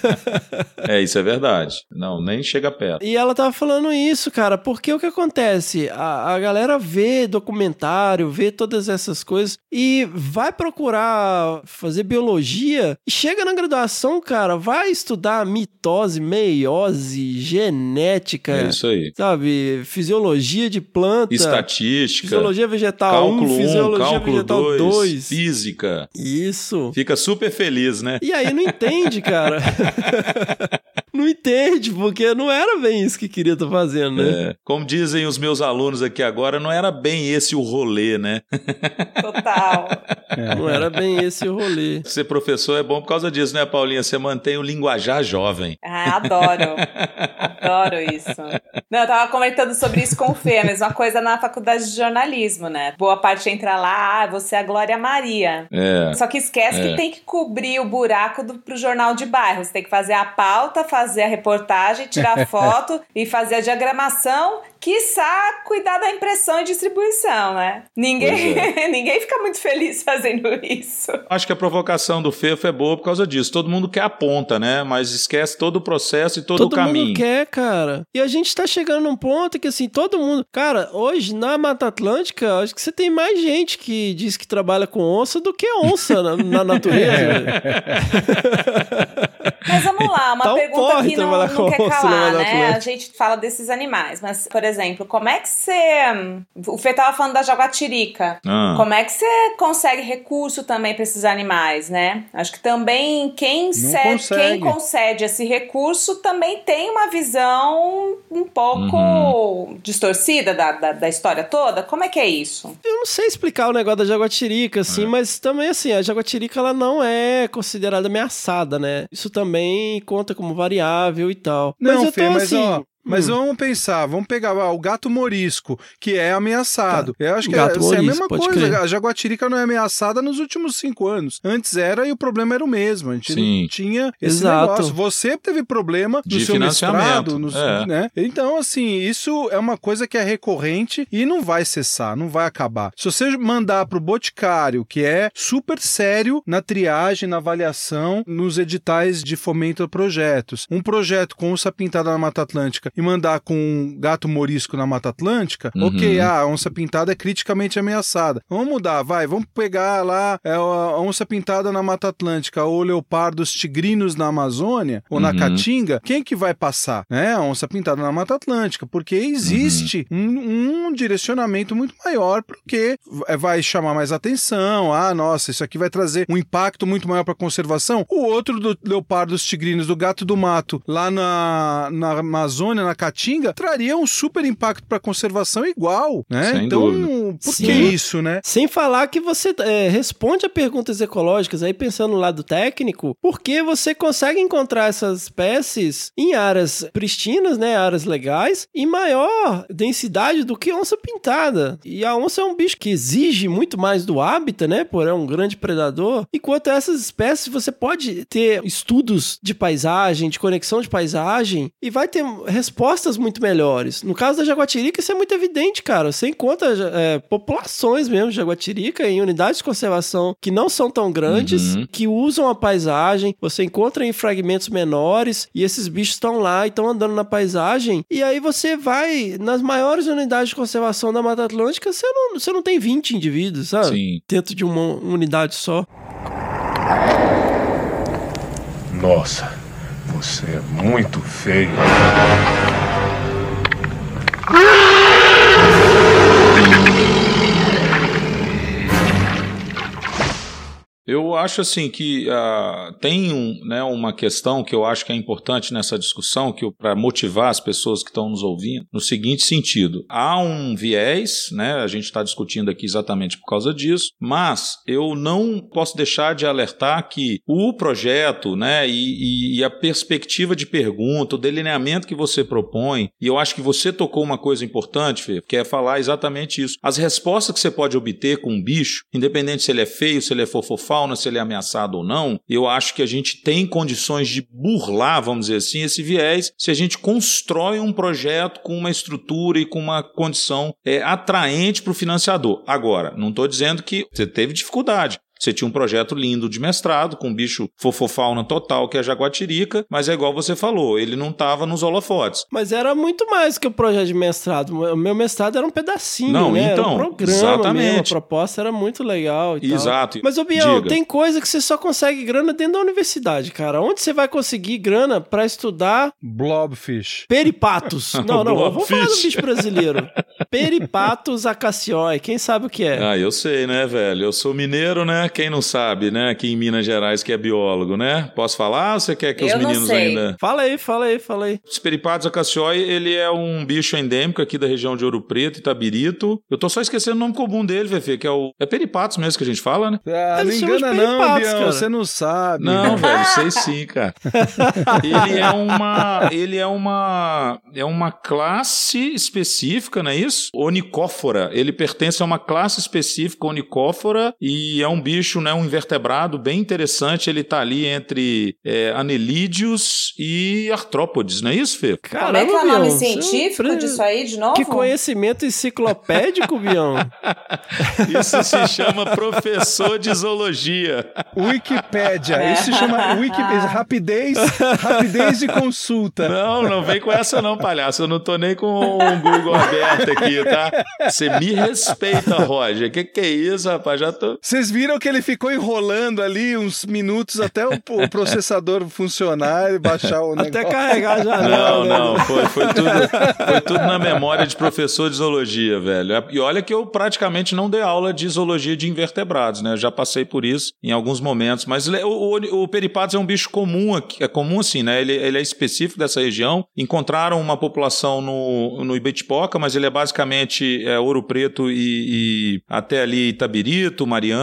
É, isso é verdade. Não, nem chega perto.
E ela tava falando isso, cara, porque o que acontece? A, a galera vê documentário, vê todas essas coisas e vai procurar fazer biologia e chega na graduação, cara, vai estudar mitose, meiose, genética,
É isso aí.
sabe? Fisiologia de planta.
Estatística,
Fisiologia vegetal
cálculo
um,
um,
fisiologia
cálculo
vegetal
dois,
dois.
física.
Isso.
Fica super feliz, né?
E aí não entende, cara. Não entende, porque não era bem isso que queria estar fazendo, né?
É. Como dizem os meus alunos aqui agora, não era bem esse o rolê, né?
Total.
Não era bem esse o rolê.
Ser professor é bom por causa disso, né, Paulinha? Você mantém o linguajar jovem.
Ah, adoro. Adoro isso. Não, eu tava comentando sobre isso com o Fê, a mesma coisa na faculdade de jornalismo, né? Boa parte entra lá, ah, você é a Glória Maria.
É.
Só que esquece
É.
que tem que cobrir o buraco do, pro jornal de bairro. Você tem que fazer a pauta, fazer a reportagem, tirar foto e fazer a diagramação, quiçá cuidar da impressão e distribuição, né? Ninguém, ninguém fica muito feliz fazendo isso.
Acho que a provocação do Fefo é boa por causa disso. Todo mundo quer a ponta, né? Mas esquece todo o processo e todo,
Todo
o caminho.
mundo quer, cara. E a gente tá chegando num ponto que, assim, todo mundo... Cara, hoje, na Mata Atlântica, acho que você tem mais gente que diz que trabalha com onça do que onça na, na natureza. velho.
Mas vamos lá, uma
Tá um
pergunta
porre
que não,
trabalhar
não
com
quer
onça
calar,
no Mata
né?
Atlântica.
A gente fala desses animais, mas, por exemplo, como é que você... O Fê tava falando da jaguatirica.
Ah.
Como é que você consegue recurso também para esses animais, né? Acho que também quem, cede,
consegue.
quem concede esse recurso também tem uma visão um pouco
Uhum.
distorcida da, da, da história toda. Como é que é isso?
Eu não sei explicar o negócio da jaguatirica, assim, mas também, assim, a jaguatirica, ela não é considerada ameaçada, né? Isso também conta como variável e tal.
Não,
mas eu
Fê,
tô,
mas
assim...
ó, Mas
Hum.
vamos pensar, vamos pegar ah, o gato morisco, que é ameaçado.
Tá.
Eu acho que
Gato
é, assim, é a
morisco,
mesma
pode
coisa.
crer.
A jaguatirica não é ameaçada nos últimos cinco anos. Antes era e o problema era o mesmo. A gente
Sim.
não tinha esse
Exato.
negócio. Você teve problema no
De
seu
financiamento,
mestrado. No,
é.
né? Então, assim, isso é uma coisa que é recorrente e não vai cessar, não vai acabar. Se você mandar pro Boticário, que é super sério na triagem, na avaliação, nos editais de fomento a projetos, um projeto com onça pintada na Mata Atlântica e mandar com um gato morisco na Mata Atlântica,
Uhum.
ok, ah, a onça pintada é criticamente ameaçada. Vamos mudar, vai, vamos pegar lá é, a onça pintada na Mata Atlântica ou leopardos tigrinos na Amazônia ou na
Uhum.
Caatinga, quem que vai passar? Né? A onça pintada na Mata Atlântica, porque existe um, um direcionamento muito maior, porque vai chamar mais atenção, ah, nossa, isso aqui vai trazer um impacto muito maior para a conservação. O outro do leopardos tigrinos, do gato do mato, lá na, na Amazônia, na Caatinga, traria um super impacto para a conservação igual, né?
Sem
então,
dúvida.
por
Sim.
que isso, né?
Sem falar que você é, responde a perguntas ecológicas, aí pensando no lado técnico, porque você consegue encontrar essas espécies em áreas pristinas, né, áreas legais, em maior densidade do que onça pintada. E a onça é um bicho que exige muito mais do hábitat, né, por é um grande predador. Enquanto essas espécies, você pode ter estudos de paisagem, de conexão de paisagem, e vai ter respostas muito melhores. No caso da jaguatirica, isso é muito evidente, cara. Você encontra é, populações mesmo de jaguatirica em unidades de conservação que não são tão grandes,
Uhum.
que usam a paisagem, você encontra em fragmentos menores, e esses bichos estão lá e estão andando na paisagem, e aí você vai nas maiores unidades de conservação da Mata Atlântica, você não, você não tem vinte indivíduos, sabe?
Sim.
Dentro de uma unidade só.
Nossa, você é muito feio.
Eu acho assim que uh, tem um, né, uma questão que eu acho que é importante nessa discussão, que para motivar as pessoas que estão nos ouvindo, no seguinte sentido: há um viés, né, a gente está discutindo aqui exatamente por causa disso, mas eu não posso deixar de alertar que o projeto, né, e, e a perspectiva de pergunta, o delineamento que você propõe, e eu acho que você tocou uma coisa importante, Fê, que é falar exatamente isso. As respostas que você pode obter com um bicho, independente se ele é feio, se ele é fofofal, se ele é ameaçado ou não, eu acho que a gente tem condições de burlar, vamos dizer assim, esse viés, se a gente constrói um projeto com uma estrutura e com uma condição é, atraente para o financiador. Agora, não estou dizendo que você teve dificuldade. Você tinha um projeto lindo de mestrado, com um bicho fofofauna total, que é a jaguatirica, mas é igual você falou, ele não estava nos holofotes.
Mas era muito mais que o projeto de mestrado. O meu mestrado era um pedacinho,
Não,
né?
então,
era um programa
exatamente.
mesmo. A proposta era muito legal e
Exato.
tal. Mas, ô Bião,
Diga.
tem coisa que você só consegue grana dentro da universidade, cara. Onde você vai conseguir grana pra estudar
Blobfish.
peripatos? Não, não, vamos falar do
Blobfish.
bicho brasileiro. Peripatos acacioi. Quem sabe o que é?
Ah, eu sei, né, velho? Eu sou mineiro, né? Quem não sabe, né? Aqui em Minas Gerais, que é biólogo, né? Posso falar ou você quer que
Eu
os
não
meninos
sei.
ainda...
Fala aí, fala aí, fala aí.
Os peripatos acacioi, ele é um bicho endêmico aqui da região de Ouro Preto, Itabirito. Eu tô só esquecendo o nome comum dele, Fefe, que é o... É peripatos mesmo que a gente fala, né?
Ah, não
Eles chamam de
engana não,
peripatos,
Bião,
cara.
você não sabe.
Não, velho, sei sim, cara. Ele é uma... Ele é uma... É uma classe específica, não é isso? Onicófora. Ele pertence a uma classe específica onicófora e é um bicho, né? Um invertebrado bem interessante. Ele tá ali entre é, anelídeos e artrópodes, não é isso, Fê?
Como é que é o nome
Bião,
científico
você-
disso aí, de novo?
Que conhecimento enciclopédico, Bião.
Isso se chama professor de zoologia.
Wikipédia, isso se chama Wiki... rapidez, rapidez de consulta.
Não, não vem com essa não, palhaço. Eu não tô nem com o Google aberto aqui, tá? Você me respeita, Roger. Que que é isso, rapaz? Já tô...
Vocês viram que ele ficou enrolando ali uns minutos até o, o processador funcionar e baixar o negócio.
Até carregar a
Não,
janela. né?
não, foi, foi, tudo, foi tudo na memória de professor de zoologia, velho. E olha que eu praticamente não dei aula de zoologia de invertebrados, né? Eu já passei por isso em alguns momentos, mas o, o, o peripatos é um bicho comum aqui, é comum assim, né? Ele, ele é específico dessa região. Encontraram uma população no, no Ibitipoca, mas ele é basicamente é, Ouro Preto e, e até ali Itabirito, Mariana.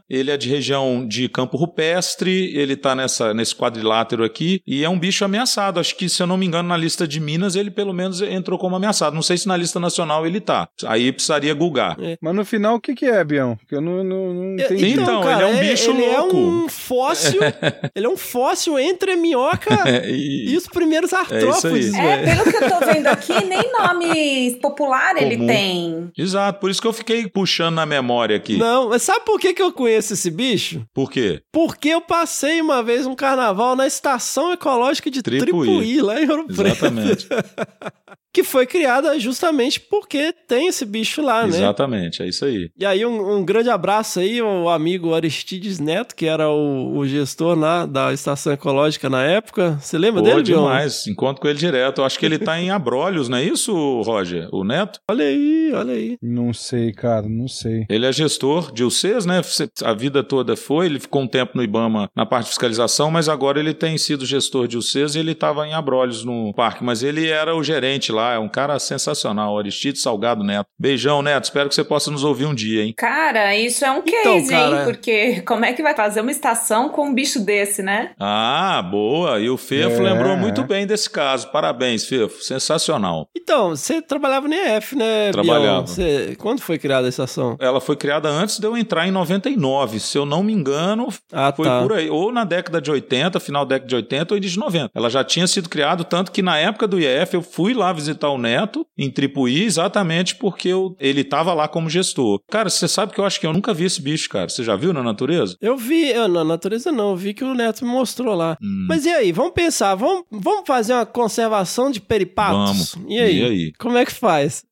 ele é de região de campo rupestre, ele tá nessa, nesse quadrilátero aqui, e é um bicho ameaçado. Acho que, se eu não me engano, na lista de Minas, ele pelo menos entrou como ameaçado. Não sei se na lista nacional ele tá. Aí precisaria googar.
É.
Mas no final, o que que é, Bião? Que eu não, não, não entendi.
Então,
cara,
ele é um bicho
ele
louco.
Ele é um fóssil, ele é um fóssil entre a minhoca
e...
e os primeiros artrópodes.
É, pelo que eu tô vendo aqui, nem nome popular
Comum.
ele tem.
Exato, por isso que eu fiquei puxando na memória aqui.
Não, mas sabe por que, que eu conheço esse bicho?
Por quê?
Porque eu passei uma vez um carnaval na Estação Ecológica de
Tripuí,
Tripuí lá em Ouro Preto.
Exatamente.
Que foi criada justamente porque tem esse bicho lá, né?
Exatamente, é isso aí.
E aí um, um grande abraço aí ao amigo Aristides Neto, que era o, o gestor lá da Estação Ecológica na época. Você lembra
Pô,
dele, Bion?
demais. Encontro com ele direto. Eu acho que ele tá em Abrolhos, não é isso, Roger? O Neto?
Olha aí, olha aí.
Não sei, cara, não sei.
Ele é gestor de U Cs, né? A vida toda foi. Ele ficou um tempo no IBAMA na parte de fiscalização, mas agora ele tem sido gestor de U Cs e ele estava em Abrolhos no parque. Mas ele era o gerente lá. É um cara sensacional. Aristides Salgado Neto. Beijão, Neto. Espero que você possa nos ouvir um dia, hein?
Cara, isso é um case,
Então, cara,
hein? Porque como é que vai fazer uma estação com um bicho desse, né?
Ah, boa. E o Fefo
É,
lembrou
é.
muito bem desse caso. Parabéns, Fefo. Sensacional.
Então, você trabalhava na E F, né, Bion?
Trabalhava.
Você... Quando foi criada a estação?
Ela foi criada antes de eu entrar em noventa e nove. Se eu não me engano,
Ah,
foi
tá.
por aí. Ou na década de oitenta, final da década de oitenta ou início de noventa. Ela já tinha sido criada, tanto que na época do I E F eu fui lá visitar o Neto em Tripuí, exatamente porque eu, ele estava lá como gestor. Cara, você sabe que eu acho que eu nunca vi esse bicho, cara. Você já viu na natureza?
Eu vi, eu, na natureza não, eu vi que o Neto me mostrou lá.
Hum.
Mas e aí, vamos pensar, vamos, vamos fazer uma conservação de peripatos?
Vamos.
E aí?
E aí?
Como é que faz?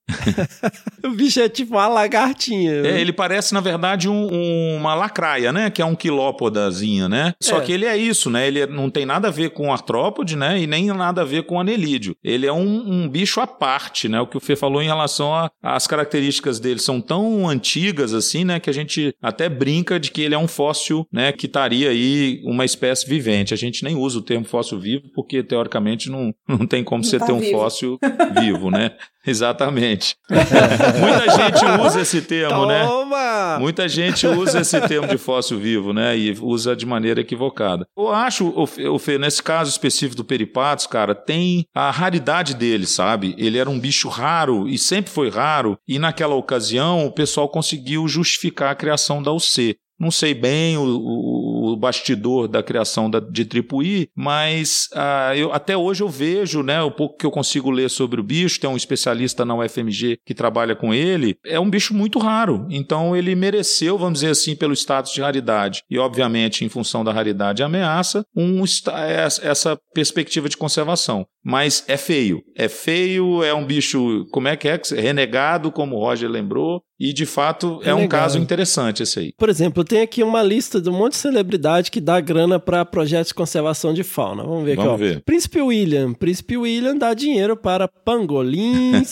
O bicho é tipo uma lagartinha.
É, ele parece, na verdade, um- um- uma lacraia, né? Que é um quilópodazinha, né? Só
É.
que ele é isso, né? Ele é- não tem nada a ver com artrópode, né? E nem nada a ver com anelídeo. Ele é um, um bicho à parte, né? O que o Fê falou em relação a- às características dele são tão antigas, assim, né? Que a gente até brinca de que ele é um fóssil, né? Que estaria aí uma espécie vivente. A gente nem usa o termo fóssil vivo, porque, teoricamente, não, não tem como
Não
você
tá
ter um
vivo.
fóssil vivo, né? Exatamente. Muita gente usa esse termo, né?
Toma!
Muita gente usa esse termo de fóssil vivo, né? E usa de maneira equivocada. Eu acho, o Fê- o Fê, nesse caso específico do peripatos, cara, tem a raridade dele, sabe? Ele era um bicho raro e sempre foi raro. E naquela ocasião o pessoal conseguiu justificar a criação da U C. Não sei bem o, o- o bastidor da criação da- de Tripuí, mas ah, eu, até hoje eu vejo, né, o pouco que eu consigo ler sobre o bicho, tem um especialista na U F M G que trabalha com ele, é um bicho muito raro, então ele mereceu, vamos dizer assim, pelo status de raridade e obviamente em função da raridade e ameaça, um, esta- essa perspectiva de conservação. Mas é feio, é feio, é um bicho, como é que é? Renegado, como o Roger lembrou, e de fato é um
Renegado.
caso interessante esse aí.
Por exemplo, eu tenho aqui uma lista de um monte de celebridade que dá grana para projetos de conservação de fauna. Vamos ver aqui,
Vamos
ó.
ver.
Príncipe William. Príncipe William dá dinheiro para pangolins,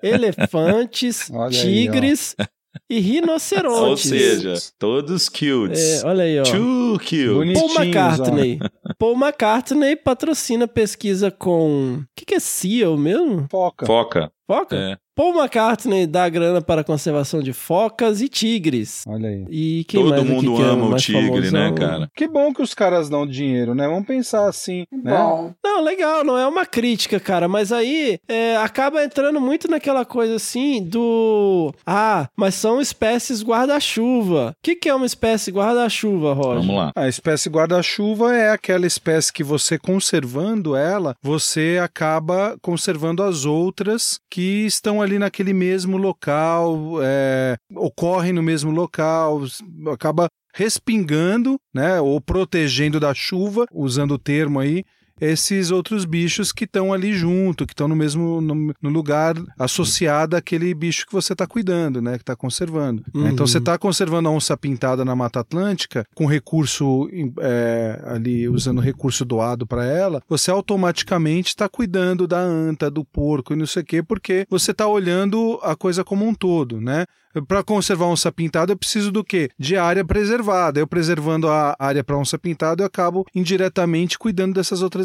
elefantes,
Olha aí,
tigres e rinocerontes.
Ou seja, todos cutes.
É, olha aí, ó.
Too cute.
Bonitinhos,
Paul McCartney. Paul McCartney patrocina pesquisa com... O que, que é seal mesmo?
Foca.
Foca.
Foca?
É.
Paul McCartney dá grana para a conservação de focas e tigres.
Olha aí.
E quem
Todo
mais aqui
mundo
que é
ama o
mais
tigre,
famosão?
né, cara?
Que bom que os caras dão dinheiro, né? Vamos pensar assim, né?
Bom,
Não, legal, não é uma crítica, cara, mas aí é, acaba entrando muito naquela coisa assim do... Ah, mas são espécies guarda-chuva. O que, que é uma espécie guarda-chuva, Roger?
Vamos lá.
A espécie guarda-chuva é aquela espécie que você conservando ela, você acaba conservando as outras que estão ali naquele mesmo local, é, ocorrem no mesmo local, acaba respingando, né, ou protegendo da chuva, usando o termo aí, esses outros bichos que estão ali junto, que estão no mesmo no, no lugar associado àquele bicho que você está cuidando, né, que está conservando.
Uhum.
Então você está conservando a onça-pintada na Mata Atlântica com recurso é, ali, usando recurso doado para ela, você automaticamente está cuidando da anta, do porco e não sei o quê, porque você está olhando a coisa como um todo, né? Para conservar a onça-pintada, eu preciso do quê? De área preservada. Eu preservando a área para onça-pintada, eu acabo indiretamente cuidando dessas outras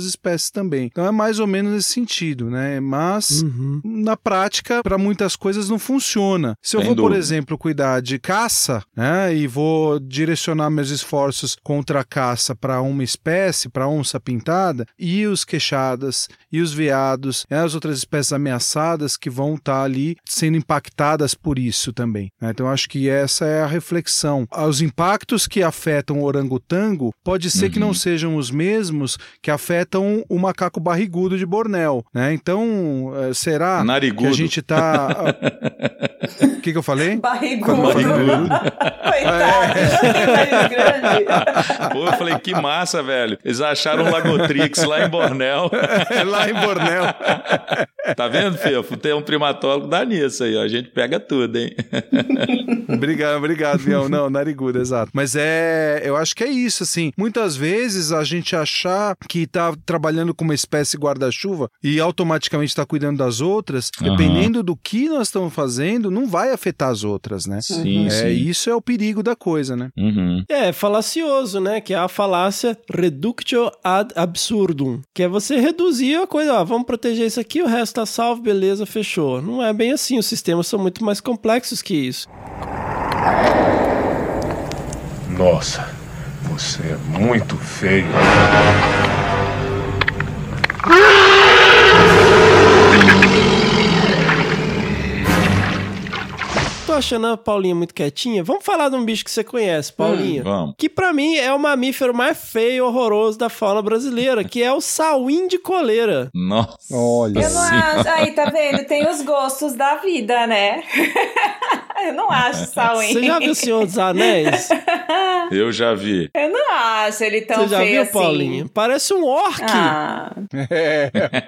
outras espécies também. Então é mais ou menos nesse sentido, né? Mas
Uhum.
na prática, para muitas coisas não funciona. Se eu
Sem
vou, por
dúvida.
exemplo, cuidar de caça, né, e vou direcionar meus esforços contra a caça para uma espécie, para a onça pintada, e os queixadas, e os veados, né, as outras espécies ameaçadas que vão estar ali sendo impactadas por isso também, né? Então acho que essa é a reflexão. Os impactos que afetam o orangotango pode ser que não sejam os mesmos que afetam o macaco barrigudo de Bornéu, né? Então, eh, será
Narigudo.
que a gente tá... O que que eu falei?
Barrigudo.
Barrigudo.
Coitado, nariz grande.
Pô, eu falei, que massa, velho. Eles acharam um Lagotrix lá em Bornéu.
Lá em Bornéu.
Tá vendo, Fefo? Tem um primatólogo, dá nisso aí, ó. A gente pega tudo, hein?
Obrigado, obrigado, Bião. Não, narigudo, exato. Mas é, eu acho que é isso, assim. Muitas vezes a gente achar que tá trabalhando com uma espécie guarda-chuva e automaticamente tá cuidando das outras,
Aham.
dependendo do que nós estamos fazendo, não vai afetar as outras, né?
Sim,
É,
sim.
isso é o perigo da coisa, né?
Uhum.
É, falacioso, né? Que é a falácia reductio ad absurdum. Que é você reduzir a coisa, ó, vamos proteger isso aqui, o resto tá salvo, beleza, fechou. Não é bem assim, os sistemas são muito mais complexos que isso.
Nossa, você é muito feio.
Tô achando a Paulinha muito quietinha. Vamos falar de um bicho que você conhece, Paulinha.
Hum, vamos.
Que pra mim é o mamífero mais feio e horroroso da fauna brasileira, que é o sauim de coleira.
Nossa.
Olha.
Eu não acho. Aí, tá vendo? Tem os gostos da vida, né? Eu não acho sauim.
Você já viu o Senhor dos Anéis?
Eu já vi.
Eu não acho ele tão
Você já
feio
viu,
assim.
Paulinha? Parece um orc.
Ah.
É.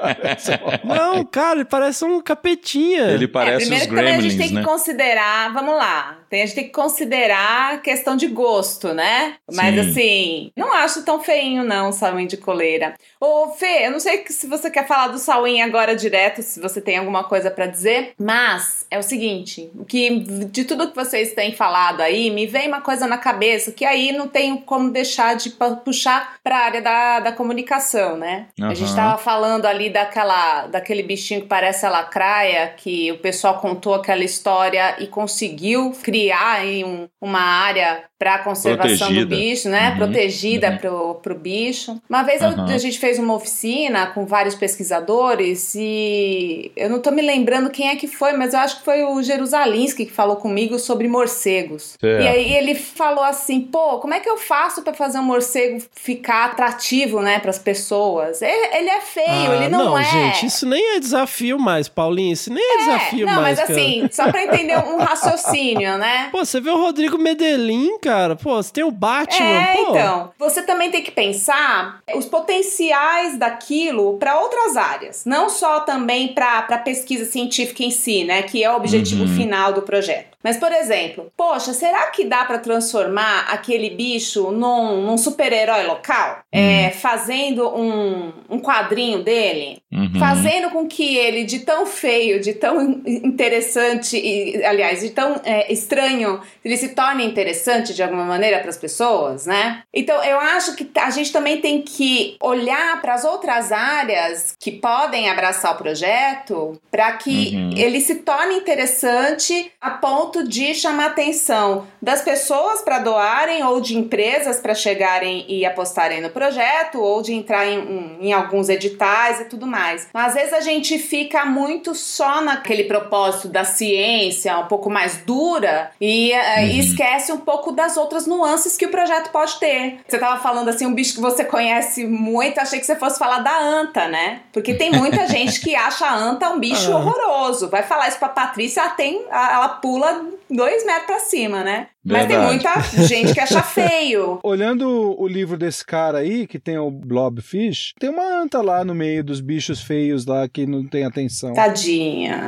Não, cara, ele parece um capetinha.
Ele
É,
parece
primeiro
os
que também a gente
gremlins,
tem
né?
que considerar, vamos lá, tem, a gente tem que considerar a questão de gosto, né? Mas
Sim.
assim, não acho tão feinho não, o sauim de coleira. Ô Fê, eu não sei se você quer falar do sauim agora direto, se você tem alguma coisa pra dizer, mas é o seguinte, o que de tudo que vocês têm falado aí, me vem uma coisa na cabeça, que aí não tenho como deixar de pa- puxar pra área da, da comunicação, né? A
Aham.
gente tava falando ali daquela, daquele bichinho que parece a lacraia, que o pessoal contou aquela história e conseguiu criar aí um, uma área para conservação
Protegida.
do bicho, né?
Uhum,
Protegida
uhum.
pro, pro bicho. Uma vez eu-
Aham.
a gente fez uma oficina com vários pesquisadores e eu não tô me lembrando quem é que foi, mas eu acho que foi o Jerusalinski que falou comigo sobre morcegos.
Certo.
E aí ele falou assim, pô, como é que eu faço para fazer um morcego ficar atrativo, né, pras pessoas? Ele, ele é feio,
Ah,
ele não, é.
gente, isso nem é desafio mais, Paulinho. Isso nem é, desafio
não,
mais.
mas
cara.
assim, só pra entender um raciocínio, né?
Pô, você vê o Rodrigo Medellín, cara. Pô, você tem o Batman,
É,
pô.
então, você também tem que pensar os potenciais daquilo para outras áreas, não só também para pesquisa científica em si, né, que é o objetivo
Uhum.
final do projeto. Mas, por exemplo, poxa, será que dá para transformar aquele bicho num, num super-herói local? É, fazendo um, um quadrinho dele?
Uhum.
Fazendo com que ele, de tão feio, de tão interessante, e, aliás, de tão é, estranho, ele se torne interessante de alguma maneira para as pessoas, né? Então, eu acho que a gente também tem que olhar para as outras áreas que podem abraçar o projeto para que
Uhum.
ele se torne interessante a ponto de chamar a atenção das pessoas para doarem ou de empresas para chegarem e apostarem no projeto ou de entrar em, em alguns editais e tudo mais. Mas às vezes a gente fica muito só naquele propósito da ciência um pouco mais dura e, eh, e esquece um pouco das outras nuances que o projeto pode ter. Você tava falando assim, um bicho que você conhece muito, achei que você fosse falar da anta, né? Porque tem muita gente que acha a anta um bicho
Ah.
horroroso. Vai falar isso pra Patrícia, ela tem, ela pula dois metros pra cima, né? Mas tem
Verdade.
muita gente que acha feio.
Olhando o livro desse cara aí, que tem o Blobfish, tem uma anta lá no meio dos bichos feios lá que não tem atenção.
Tadinha.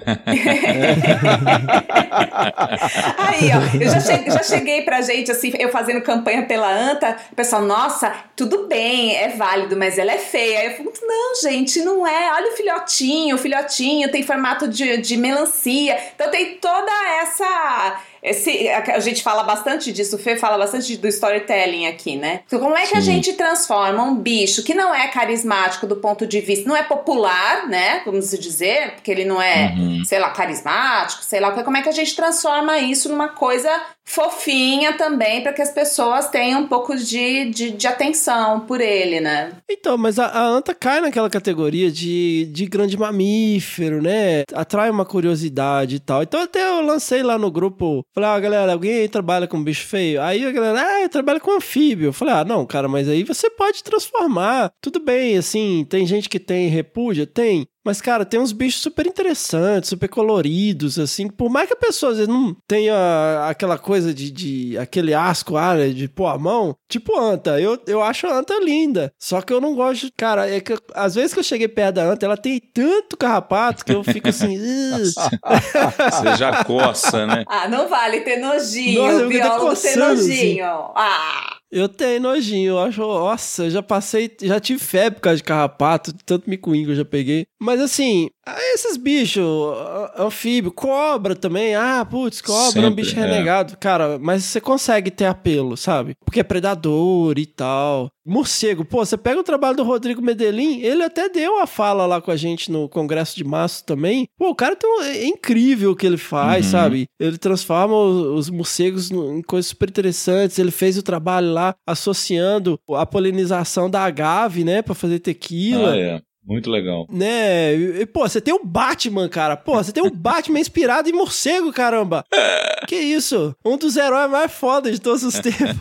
Aí, ó, eu já cheguei, já cheguei pra gente, assim, eu fazendo campanha pela anta, o pessoal, nossa, tudo bem, é válido, mas ela é feia. Aí eu falo, não, gente, não é. Olha o filhotinho, o filhotinho tem formato de, de melancia. Então tem toda essa... esse, a gente fala bastante disso, o Fê fala bastante do storytelling aqui, né? Então, como é que Sim. a gente transforma um bicho que não é carismático do ponto de vista, não é popular, né? Vamos dizer, porque ele não é, uhum. sei lá, carismático, sei lá, como é que a gente transforma isso numa coisa fofinha também, para que as pessoas tenham um pouco de, de, de atenção por ele, né?
Então, mas a, a anta cai naquela categoria de, de grande mamífero, né? Atrai uma curiosidade e tal. Então até eu lancei lá no grupo, falei, ah, galera, alguém aí trabalha com bicho feio? Aí a galera, ah, eu trabalho com anfíbio. Eu falei, ah, não, cara, mas aí você pode transformar. Tudo bem, assim, tem gente que tem repúdia? Tem. Mas, cara, tem uns bichos super interessantes, super coloridos, assim. Por mais que a pessoa, às vezes, não tenha aquela coisa de... de aquele asco, ah, de pôr a mão. Tipo anta. Eu, eu acho a anta linda. Só que eu não gosto... Cara, é que às vezes que eu cheguei perto da anta, ela tem tanto carrapato que eu fico assim...
Você já coça, né?
Ah, não vale ter nojinho. Nossa, o biólogo ter nojinho. Assim. Ah...
Eu tenho nojinho, eu acho, nossa, eu já passei, já tive febre por causa de carrapato, tanto micuinho que eu já peguei. Mas assim, esses bichos, anfíbio, cobra também, ah, putz, cobra Sempre, é um bicho renegado. É. Cara, mas você consegue ter apelo, sabe? Porque é predador e tal. Morcego, pô, você pega o trabalho do Rodrigo Medellín, ele até deu a fala lá com a gente no Congresso de Março também. Pô, o cara tem um, é incrível o que ele faz, uhum. sabe? Ele transforma os, os morcegos em coisas super interessantes, ele fez o trabalho lá associando a polinização da agave, né, pra fazer tequila.
Ah, é. Muito legal.
Né? E, pô, você tem o Batman, cara. Pô, você tem o Batman inspirado em morcego, caramba. Que isso? Um dos heróis mais fodas de todos os tempos.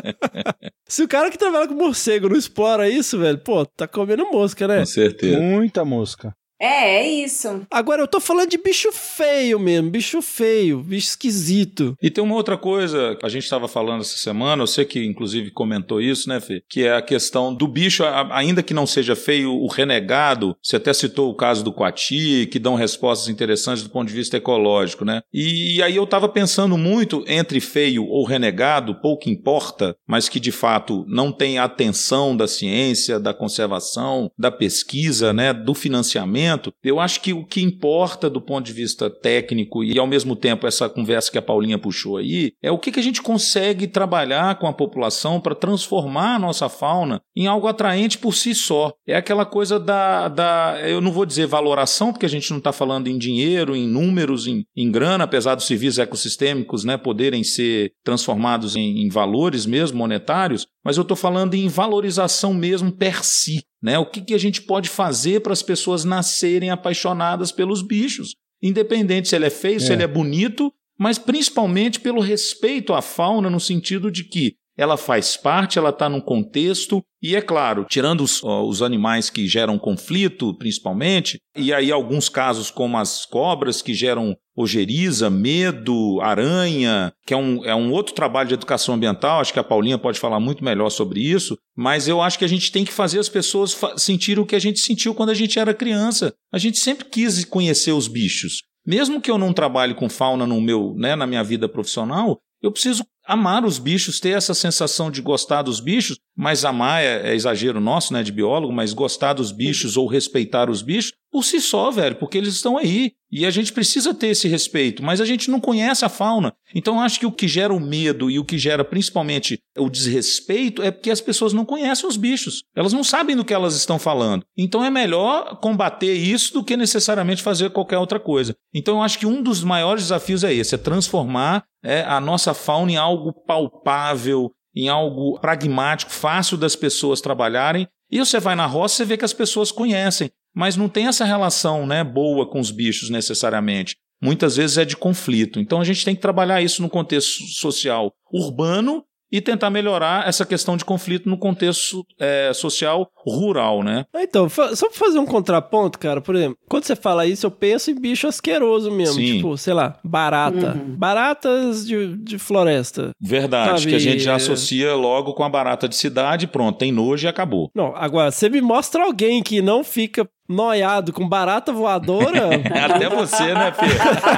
Se o cara que trabalha com morcego não explora isso, velho, pô, tá comendo mosca, né?
Com certeza.
Muita mosca.
É, é isso.
Agora, eu tô falando de bicho feio mesmo, bicho feio, bicho esquisito.
E tem uma outra coisa que a gente estava falando essa semana, eu sei que inclusive comentou isso, né, Fê? Que é a questão do bicho, ainda que não seja feio, o renegado, você até citou o caso do coati, que dão respostas interessantes do ponto de vista ecológico, né? E aí eu estava pensando muito entre feio ou renegado, pouco importa, mas que de fato não tem a atenção da ciência, da conservação, da pesquisa, né, do financiamento. Eu acho que o que importa do ponto de vista técnico e ao mesmo tempo essa conversa que a Paulinha puxou aí, é o que, que a gente consegue trabalhar com a população para transformar a nossa fauna em algo atraente por si só. É aquela coisa da, da eu não vou dizer valoração, porque a gente não está falando em dinheiro, em números, em, em grana, apesar dos serviços ecossistêmicos, né, poderem ser transformados em, em valores mesmo monetários, mas eu estou falando em valorização mesmo per si. Né? O que, que a gente pode fazer para as pessoas nascerem apaixonadas pelos bichos? Independente se ele é feio, é. se ele é bonito, mas principalmente pelo respeito à fauna, no sentido de que ela faz parte, ela está num contexto, e é claro, tirando os, ó, os animais que geram conflito, principalmente, e aí alguns casos como as cobras que geram ojeriza, medo, aranha, que é um, é um outro trabalho de educação ambiental, acho que a Paulinha pode falar muito melhor sobre isso, mas eu acho que a gente tem que fazer as pessoas fa- sentirem o que a gente sentiu quando a gente era criança. A gente sempre quis conhecer os bichos. Mesmo que eu não trabalhe com fauna no meu, né, na minha vida profissional, eu preciso amar os bichos, ter essa sensação de gostar dos bichos, mas amar é, é exagero nosso, né, de biólogo, mas gostar dos bichos ou respeitar os bichos por si só, velho, porque eles estão aí. E a gente precisa ter esse respeito, mas a gente não conhece a fauna. Então eu acho que o que gera o medo e o que gera principalmente o desrespeito é porque as pessoas não conhecem os bichos. Elas não sabem do que elas estão falando. Então é melhor combater isso do que necessariamente fazer qualquer outra coisa. Então eu acho que um dos maiores desafios é esse, é transformar é, a nossa fauna em algo palpável, em algo pragmático, fácil das pessoas trabalharem. E você vai na roça, você vê que as pessoas conhecem, mas não tem essa relação, né, boa com os bichos necessariamente. Muitas vezes é de conflito. Então a gente tem que trabalhar isso no contexto social urbano e tentar melhorar essa questão de conflito no contexto é, social rural, né?
Então, só pra fazer um contraponto, cara, por exemplo, quando você fala isso, eu penso em bicho asqueroso mesmo, Sim. tipo, sei lá, barata. Uhum. Baratas de, de floresta.
Verdade,
sabe?
Que a gente já associa logo com a barata de cidade, pronto, tem nojo e acabou.
Não, agora, você me mostra alguém que não fica noiado com barata voadora...
Até você, né, Fê?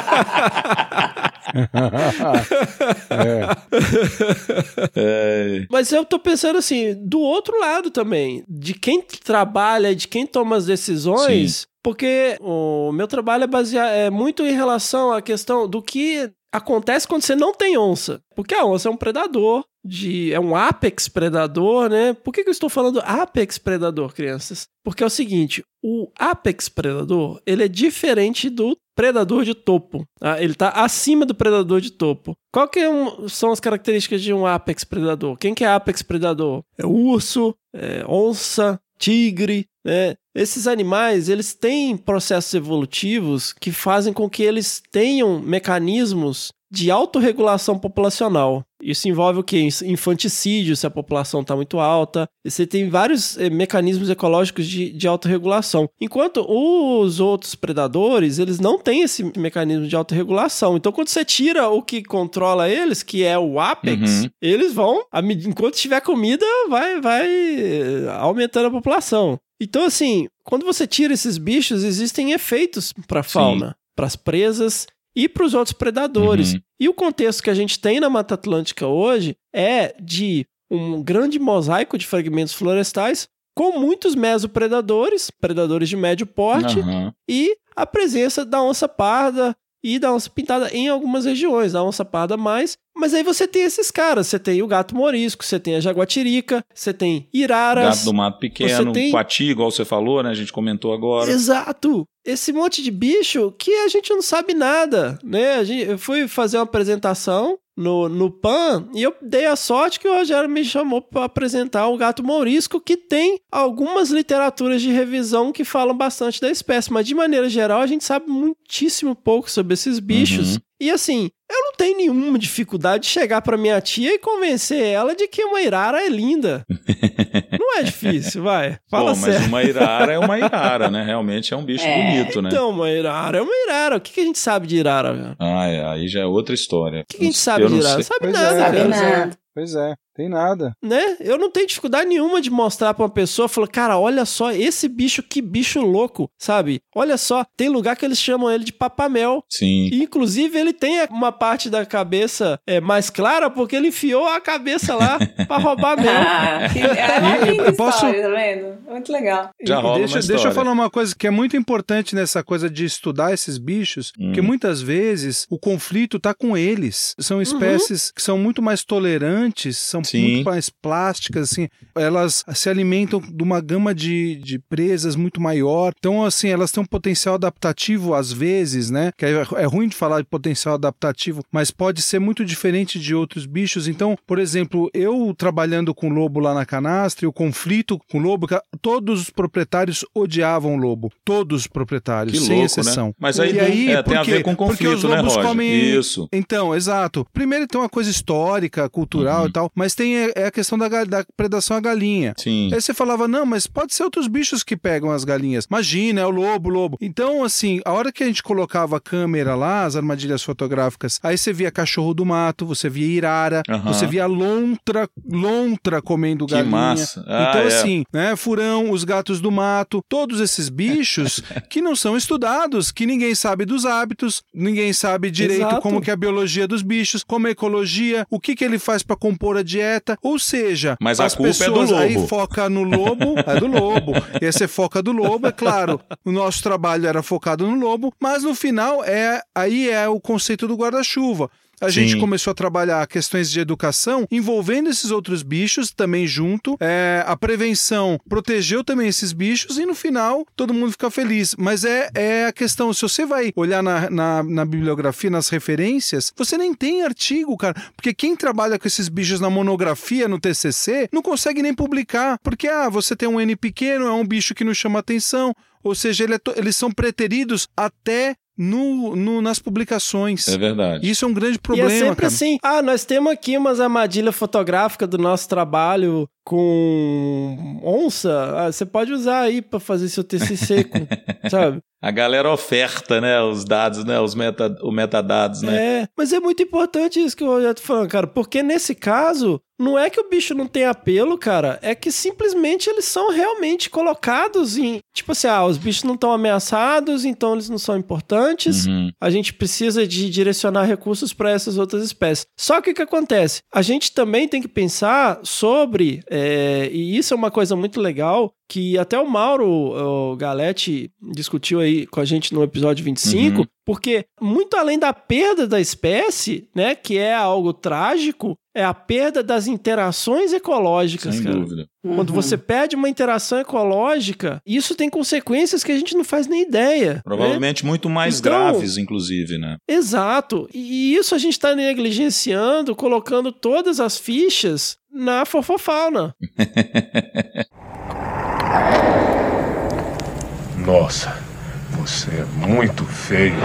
é. É. Mas eu tô pensando assim, do outro lado também, de quem trabalha, de quem toma as decisões, Sim. porque o meu trabalho é baseado é muito em relação à questão do que acontece quando você não tem onça. Porque a onça é um predador, de, é um apex predador, né? Por que, que eu estou falando apex predador, crianças? Porque é o seguinte, o apex predador, ele é diferente do predador de topo. Tá? Ele está acima do predador de topo. Qual que é um, são as características de um apex predador? Quem que é apex predador? É urso, é onça, tigre, né? Esses animais, eles têm processos evolutivos que fazem com que eles tenham mecanismos de autorregulação populacional. Isso envolve o quê? Infanticídio, se a população está muito alta. Você tem vários eh, mecanismos ecológicos de, de autorregulação. Enquanto os outros predadores, eles não têm esse mecanismo de autorregulação. Então, quando você tira o que controla eles, que é o apex, uhum. eles vão, enquanto tiver comida, vai, vai aumentando a população. Então, assim, quando você tira esses bichos, existem efeitos para a fauna, para as presas e para os outros predadores. Uhum. E o contexto que a gente tem na Mata Atlântica hoje é de um grande mosaico de fragmentos florestais com muitos mesopredadores, predadores de médio porte, uhum. e a presença da onça parda e da onça pintada em algumas regiões, da onça parda mais. Mas aí você tem esses caras, você tem o gato morisco, você tem a jaguatirica, você tem iraras.
Gato do mato pequeno, tem... coati, igual você falou, né? A gente comentou agora.
Exato! Esse monte de bicho que a gente não sabe nada, né? A gente, eu fui fazer uma apresentação no, no P A N e eu dei a sorte que o Rogério me chamou para apresentar o gato morisco, que tem algumas literaturas de revisão que falam bastante da espécie, mas de maneira geral a gente sabe muitíssimo pouco sobre esses bichos. Uhum. E assim, eu não tenho nenhuma dificuldade de chegar pra minha tia e convencer ela de que uma irara é linda. Não é difícil, vai. Fala
Bom,
sério.
Mas uma irara é uma irara, né? Realmente é um bicho é. bonito, né?
Então, uma irara é uma irara. O que, que a gente sabe de irara, velho?
Ah, é. Aí já é outra história.
O que, que a gente sabe de irara? Não sabe
pois
nada,
é,
cara.
Pois é, pois é. Tem nada.
Né? Eu não tenho dificuldade nenhuma de mostrar pra uma pessoa, falar, cara, olha só, esse bicho, que bicho louco, sabe? Olha só, tem lugar que eles chamam ele de papamel.
Sim.
E, inclusive, ele tem uma parte da cabeça é, mais clara, porque ele enfiou a cabeça lá pra roubar mel.
Ah, que, é uma linda eu posso... história, tá vendo? Muito legal.
Já rola
deixa,
uma
deixa eu falar uma coisa que é muito importante nessa coisa de estudar esses bichos, hum. porque muitas vezes o conflito tá com eles. São espécies uhum. que são muito mais tolerantes, são Sim. muito mais plásticas, assim, elas se alimentam de uma gama de, de presas muito maior, então assim, elas têm um potencial adaptativo às vezes, né, que é, é ruim de falar de potencial adaptativo, mas pode ser muito diferente de outros bichos. Então, por exemplo, eu trabalhando com lobo lá na canastra, o conflito com lobo, todos os proprietários odiavam o lobo, todos os proprietários,
que
sem
louco,
exceção.
Né? Mas aí,
e aí
é, tem a ver com conflito,
porque os lobos
né, Roger?
comem...
Isso.
Então, exato. Primeiro tem uma coisa histórica, cultural uhum. e tal, mas tem é a questão da, da predação à galinha.
Sim.
Aí você falava, não, mas pode ser outros bichos que pegam as galinhas. Imagina, é o lobo, o lobo. Então, assim, a hora que a gente colocava a câmera lá, as armadilhas fotográficas, aí você via cachorro do mato, você via irara, uhum. você via lontra, lontra comendo galinha.
Que massa. Ah,
então,
é.
assim, né, furão, os gatos do mato, todos esses bichos que não são estudados, que ninguém sabe dos hábitos, ninguém sabe direito Exato. Como que é a biologia dos bichos, como é a ecologia, o que que ele faz para compor a dieta. Ou seja,
mas
as
a culpa
pessoas
é do lobo.
Aí foca no lobo, é do lobo. E aí você foca do lobo, é claro. O nosso trabalho era focado no lobo, mas no final é aí é o conceito do guarda-chuva. A Sim. gente começou a trabalhar questões de educação envolvendo esses outros bichos também junto. É, a prevenção protegeu também esses bichos e no final todo mundo fica feliz. Mas é, é a questão, se você vai olhar na, na, na bibliografia, nas referências, você nem tem artigo, cara. Porque quem trabalha com esses bichos na monografia, no T C C, não consegue nem publicar. Porque, ah, você tem um N pequeno, é um bicho que não chama atenção. Ou seja, ele é to- eles são preteridos até... No, no, nas publicações.
É verdade.
Isso é um grande problema,
E é sempre
cara.
assim, ah, nós temos aqui umas armadilhas fotográficas do nosso trabalho com onça, ah, você pode usar aí pra fazer seu T C C, com, sabe?
A galera oferta, né, os dados, né, os meta, o metadados, né?
É, mas é muito importante isso que o Rogério tá falando, cara, porque nesse caso, não é que o bicho não tem apelo, cara, é que simplesmente eles são realmente colocados em, tipo assim, ah, os bichos não estão ameaçados, então eles não são importantes, uhum. a gente precisa de direcionar recursos para essas outras espécies. Só que o que acontece? A gente também tem que pensar sobre, é, e isso é uma coisa muito legal, que até o Mauro o Galetti discutiu aí com a gente no episódio vinte e cinco, uhum. porque muito além da perda da espécie, né, que é algo trágico, é a perda das interações ecológicas,
Sem
cara.
dúvida.
Quando
Uhum.
você perde uma interação ecológica, isso tem consequências que a gente não faz nem ideia.
Provavelmente
né?
muito mais
Então,
graves, inclusive, né?
Exato. E isso a gente está negligenciando, colocando todas as fichas na fofofauna.
Nossa, você é muito feio.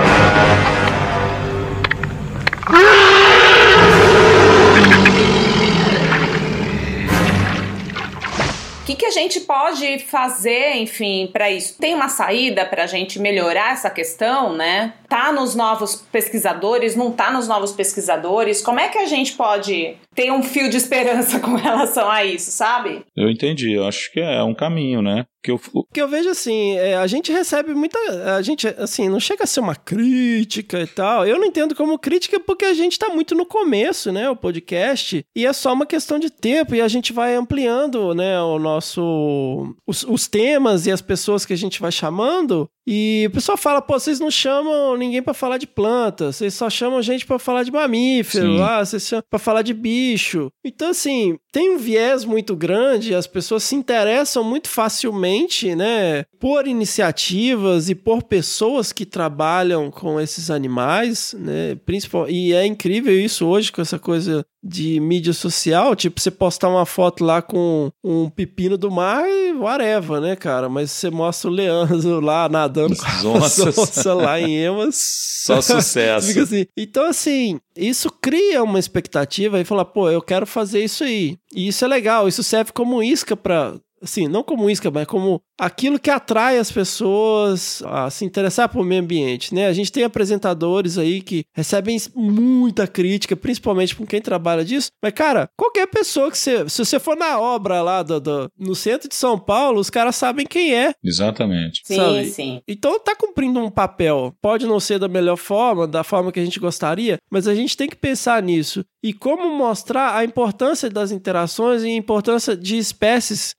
O que, que a gente pode fazer, enfim, para isso? Tem uma saída para a gente melhorar essa questão, né? Tá nos novos pesquisadores, não tá nos novos pesquisadores? Como é que a gente pode ter um fio de esperança com relação a isso, sabe?
Eu entendi, eu acho que é um caminho, né? Que eu...
que eu vejo assim, é, a gente recebe muita, a gente, assim, não chega a ser uma crítica e tal, eu não entendo como crítica porque a gente tá muito no começo, né, o podcast, e é só uma questão de tempo, e a gente vai ampliando, né, o nosso, os, os temas e as pessoas que a gente vai chamando, e o pessoal fala, pô, vocês não chamam ninguém pra falar de planta, vocês só chamam gente pra falar de mamífero,
Sim.
ah, vocês chamam pra falar de bicho, então assim, tem um viés muito grande, as pessoas se interessam muito facilmente, né, por iniciativas e por pessoas que trabalham com esses animais, né, principal, e é incrível isso hoje com essa coisa de mídia social, tipo, você postar uma foto lá com um pepino do mar e whatever, né, cara, mas você mostra o Leandro lá nadando com as
onças.
onças lá em Emas.
Só sucesso.
Fica assim. Então, assim, isso cria uma expectativa e fala, pô, eu quero fazer isso aí. E isso é legal, isso serve como isca pra... Assim, não como isca, mas como aquilo que atrai as pessoas a se interessar por meio ambiente, né? A gente tem apresentadores aí que recebem muita crítica, principalmente com quem trabalha disso. Mas, cara, qualquer pessoa que você... Se você for na obra lá do, do, no centro de São Paulo, os caras sabem quem é.
Exatamente.
Sim,
sabe?
sim.
Então tá cumprindo um papel. Pode não ser da melhor forma, da forma que a gente gostaria, mas a gente tem que pensar nisso. E como mostrar a importância das interações e a importância de espécies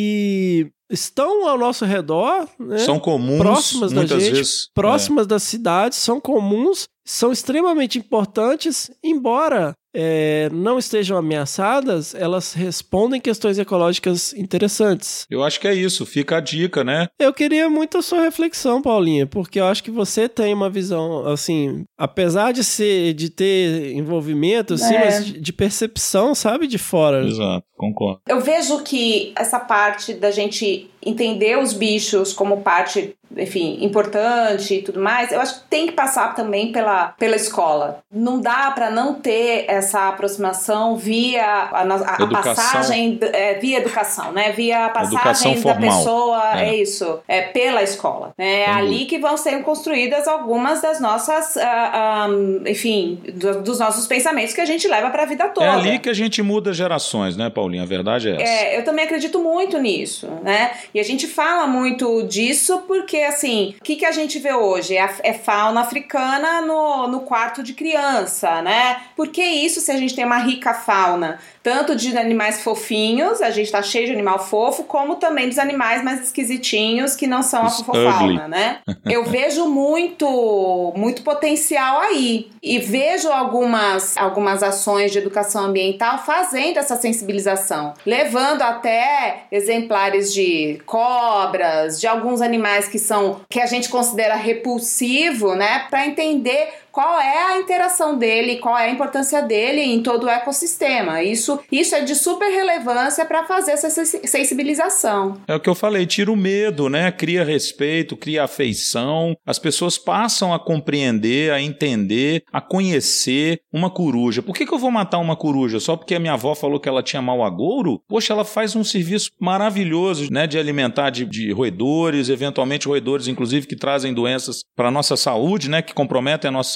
que estão ao nosso redor, né?
São comuns,
próximas da
muitas
gente,
vezes.
próximas é. das cidades, são comuns, são extremamente importantes, embora é, não estejam ameaçadas, elas respondem questões ecológicas interessantes.
Eu acho que é isso, fica a dica, né?
Eu queria muito a sua reflexão, Paulinha, porque eu acho que você tem uma visão, assim, apesar de ser, de ter envolvimento, assim,
É.
mas de percepção, sabe, de fora.
Exato, concordo.
Eu vejo que essa parte da gente entender os bichos como parte, enfim, importante e tudo mais, eu acho que tem que passar também pela, pela escola. Não dá para não ter essa aproximação via a, a, a passagem, é, via educação, né? Via a passagem
Educação
da
formal.
pessoa, é.
É.
isso, é pela escola. Né? É
Sem
ali
dúvida.
que vão ser construídas algumas das nossas, ah, ah, enfim, do, dos nossos pensamentos que a gente leva para a vida toda.
É ali que a gente muda gerações, né, Paulinha? A verdade é essa.
É, eu também acredito muito nisso, né? E a gente fala muito disso porque, assim, o que, que a gente vê hoje? É, a, é fauna africana no, no quarto de criança, né? Por que isso se a gente tem uma rica fauna? Tanto de animais fofinhos, a gente tá cheio de animal fofo, como também dos animais mais esquisitinhos que não são
Os
a fofofauna,
ugly.
né? Eu vejo muito, muito potencial aí. E vejo algumas, algumas ações de educação ambiental fazendo essa sensibilização, levando até exemplares de cobras, de alguns animais que são, que a gente considera repulsivo, né? Para entender qual é a interação dele, qual é a importância dele em todo o ecossistema. Isso, isso é de super relevância para fazer essa sensibilização.
É o que eu falei, tira o medo, né? Cria respeito, cria afeição. As pessoas passam a compreender, a entender, a conhecer uma coruja. Por que que eu vou matar uma coruja? Só porque a minha avó falou que ela tinha mau agouro? Poxa, ela faz um serviço maravilhoso, né? De alimentar de, de roedores, eventualmente roedores, inclusive, que trazem doenças para a nossa saúde, né? Que comprometem a nossa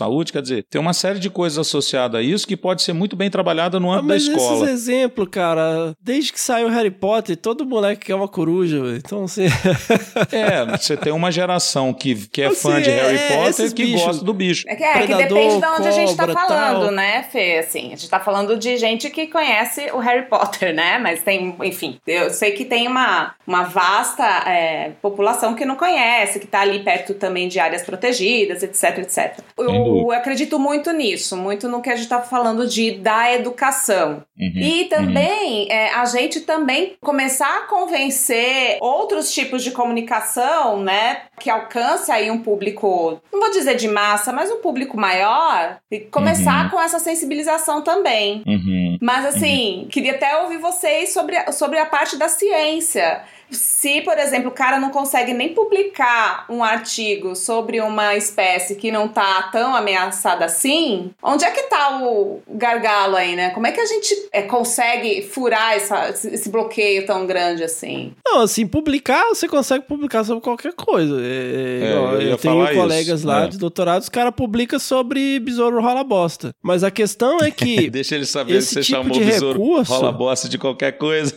saúde, quer dizer, tem uma série de coisas associadas a isso que pode ser muito bem trabalhada no âmbito
ah,
da escola.
Mas esses exemplos, cara, desde que saiu Harry Potter, todo moleque quer uma coruja, véio. Então assim...
é, você tem uma geração que, que é
assim,
fã de Harry
é,
Potter que
bichos,
gosta do bicho.
É que, é,
Predador,
que depende de onde
cobra,
a gente tá falando,
tal.
né, Fê? Assim, a gente tá falando de gente que conhece o Harry Potter, né? Mas tem, enfim, eu sei que tem uma, uma vasta é, população que não conhece, que tá ali perto também de áreas protegidas, etc, etcétera. Eu, eu acredito muito nisso, muito no que a gente tá falando de da educação.
Uhum,
e também,
uhum.
é, a gente também começar a convencer outros tipos de comunicação, né, que alcance aí um público, não vou dizer de massa, mas um público maior, e começar uhum. com essa sensibilização também.
Uhum.
Mas assim, uhum. queria até ouvir vocês sobre, sobre a parte da ciência. Se, por exemplo, o cara não consegue nem publicar um artigo sobre uma espécie que não tá tão ameaçada assim, onde é que tá o gargalo aí, né? Como é que a gente é, consegue furar essa, esse bloqueio tão grande assim?
Não, assim, publicar, você consegue publicar sobre qualquer coisa. É, é, eu, eu tenho colegas isso, lá é. de doutorado, os caras publicam sobre besouro rola bosta. Mas a questão é que...
Deixa ele saber
esse
que você
tipo
chamou
de
besouro
recurso...
rola bosta de qualquer coisa.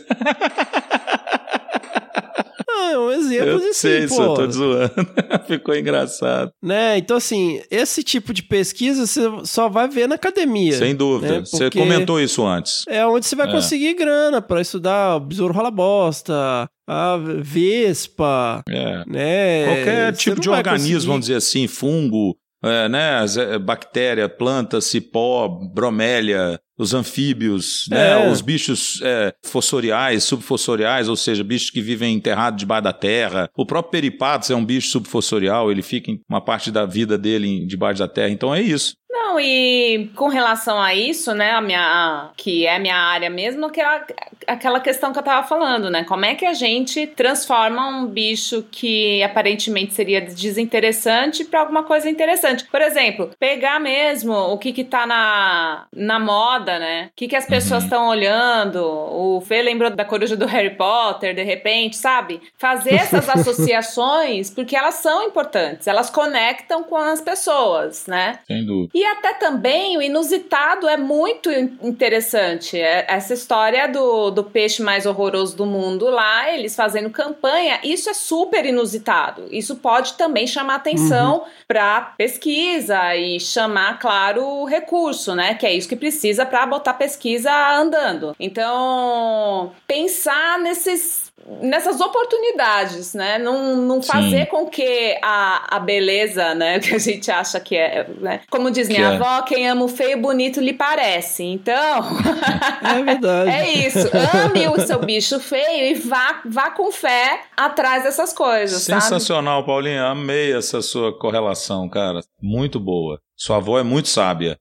É um exemplo
eu
de
sei,
assim,
só
pô.
tô zoando. Ficou engraçado.
Né? Então, assim, esse tipo de pesquisa você só vai ver na academia.
Sem dúvida.
Né?
Você comentou isso antes.
É onde você vai é. conseguir grana pra estudar o besouro rola bosta, a vespa,
é.
né?
Qualquer
você
tipo de organismo, conseguir... vamos dizer assim, fungo, é, né? Bactéria, planta, cipó, bromélia, os anfíbios, né?
É.
Os bichos é, fossoriais, subfossoriais, ou seja, bichos que vivem enterrados debaixo da terra. O próprio peripatos é um bicho subfossorial, ele fica em uma parte da vida dele debaixo da terra. Então é isso.
Não, e com relação a isso, né, a minha, a, que é a minha área mesmo, aquela, aquela questão que eu tava falando, né, como é que a gente transforma um bicho que aparentemente seria desinteressante para alguma coisa interessante. Por exemplo, pegar mesmo o que que tá na, na moda, né, o que que as pessoas estão uhum. olhando, o Fê lembrou da coruja do Harry Potter, de repente, sabe? Fazer essas associações, porque elas são importantes, elas conectam com as pessoas, né?
Sem dúvida.
E até também o inusitado é muito interessante. Essa história do, do peixe mais horroroso do mundo lá, eles fazendo campanha, isso é super inusitado. Isso pode também chamar atenção uhum. para pesquisa e chamar, claro, o recurso, né? Que é isso que precisa para botar pesquisa andando. Então, pensar nesses... nessas oportunidades, né? Não, não fazer Sim. com que a, a beleza, né? Que a gente acha que é, né? Como diz minha que avó, é. quem ama o feio, bonito lhe parece. Então...
é verdade.
É isso. Ame o seu bicho feio e vá, vá com fé atrás dessas coisas,
Sensacional,
sabe?
Paulinha. Amei essa sua correlação, cara. Muito boa. Sua avó é muito sábia.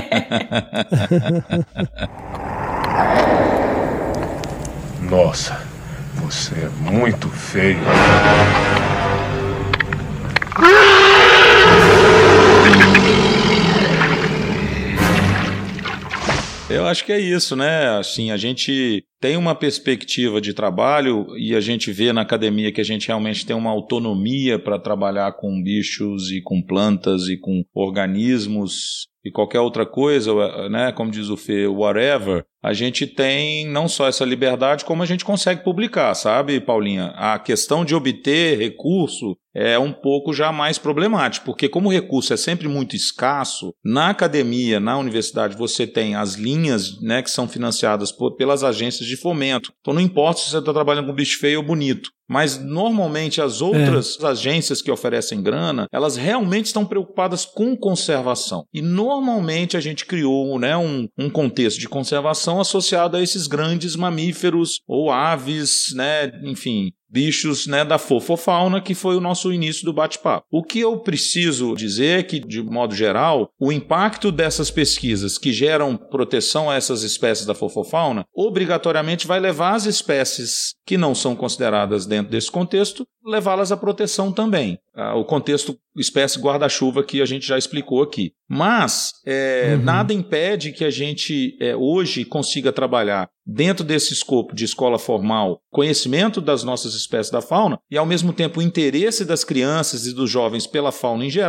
Nossa... Você é muito feio.
Eu acho que é isso, né? Assim, a gente tem uma perspectiva de trabalho e a gente vê na academia que a gente realmente tem uma autonomia para trabalhar com bichos e com plantas e com organismos e qualquer outra coisa, né? Como diz o Fê, whatever. A gente tem não só essa liberdade, como a gente consegue publicar, sabe, Paulinha? A questão de obter recurso é um pouco já mais problemático, porque como o recurso é sempre muito escasso, na academia, na universidade, você tem as linhas, né, que são financiadas por, pelas agências de fomento. Então não importa se você está trabalhando com bicho feio ou bonito. Mas, normalmente, as outras é. agências que oferecem grana, elas realmente estão preocupadas com conservação. E, normalmente, a gente criou, né, um, um contexto de conservação associado a esses grandes mamíferos ou aves, né, enfim... bichos, né, da fofofauna, que foi o nosso início do bate-papo. O que eu preciso dizer é que, de modo geral, o impacto dessas pesquisas que geram proteção a essas espécies da fofofauna, obrigatoriamente vai levar as espécies que não são consideradas dentro desse contexto, levá-las à proteção também. Ah, o contexto espécie guarda-chuva que a gente já explicou aqui. Mas é, uhum. nada impede que a gente é, hoje consiga trabalhar dentro desse escopo de escola formal, conhecimento das nossas espécies da fauna e, ao mesmo tempo, o interesse das crianças e dos jovens pela fauna em geral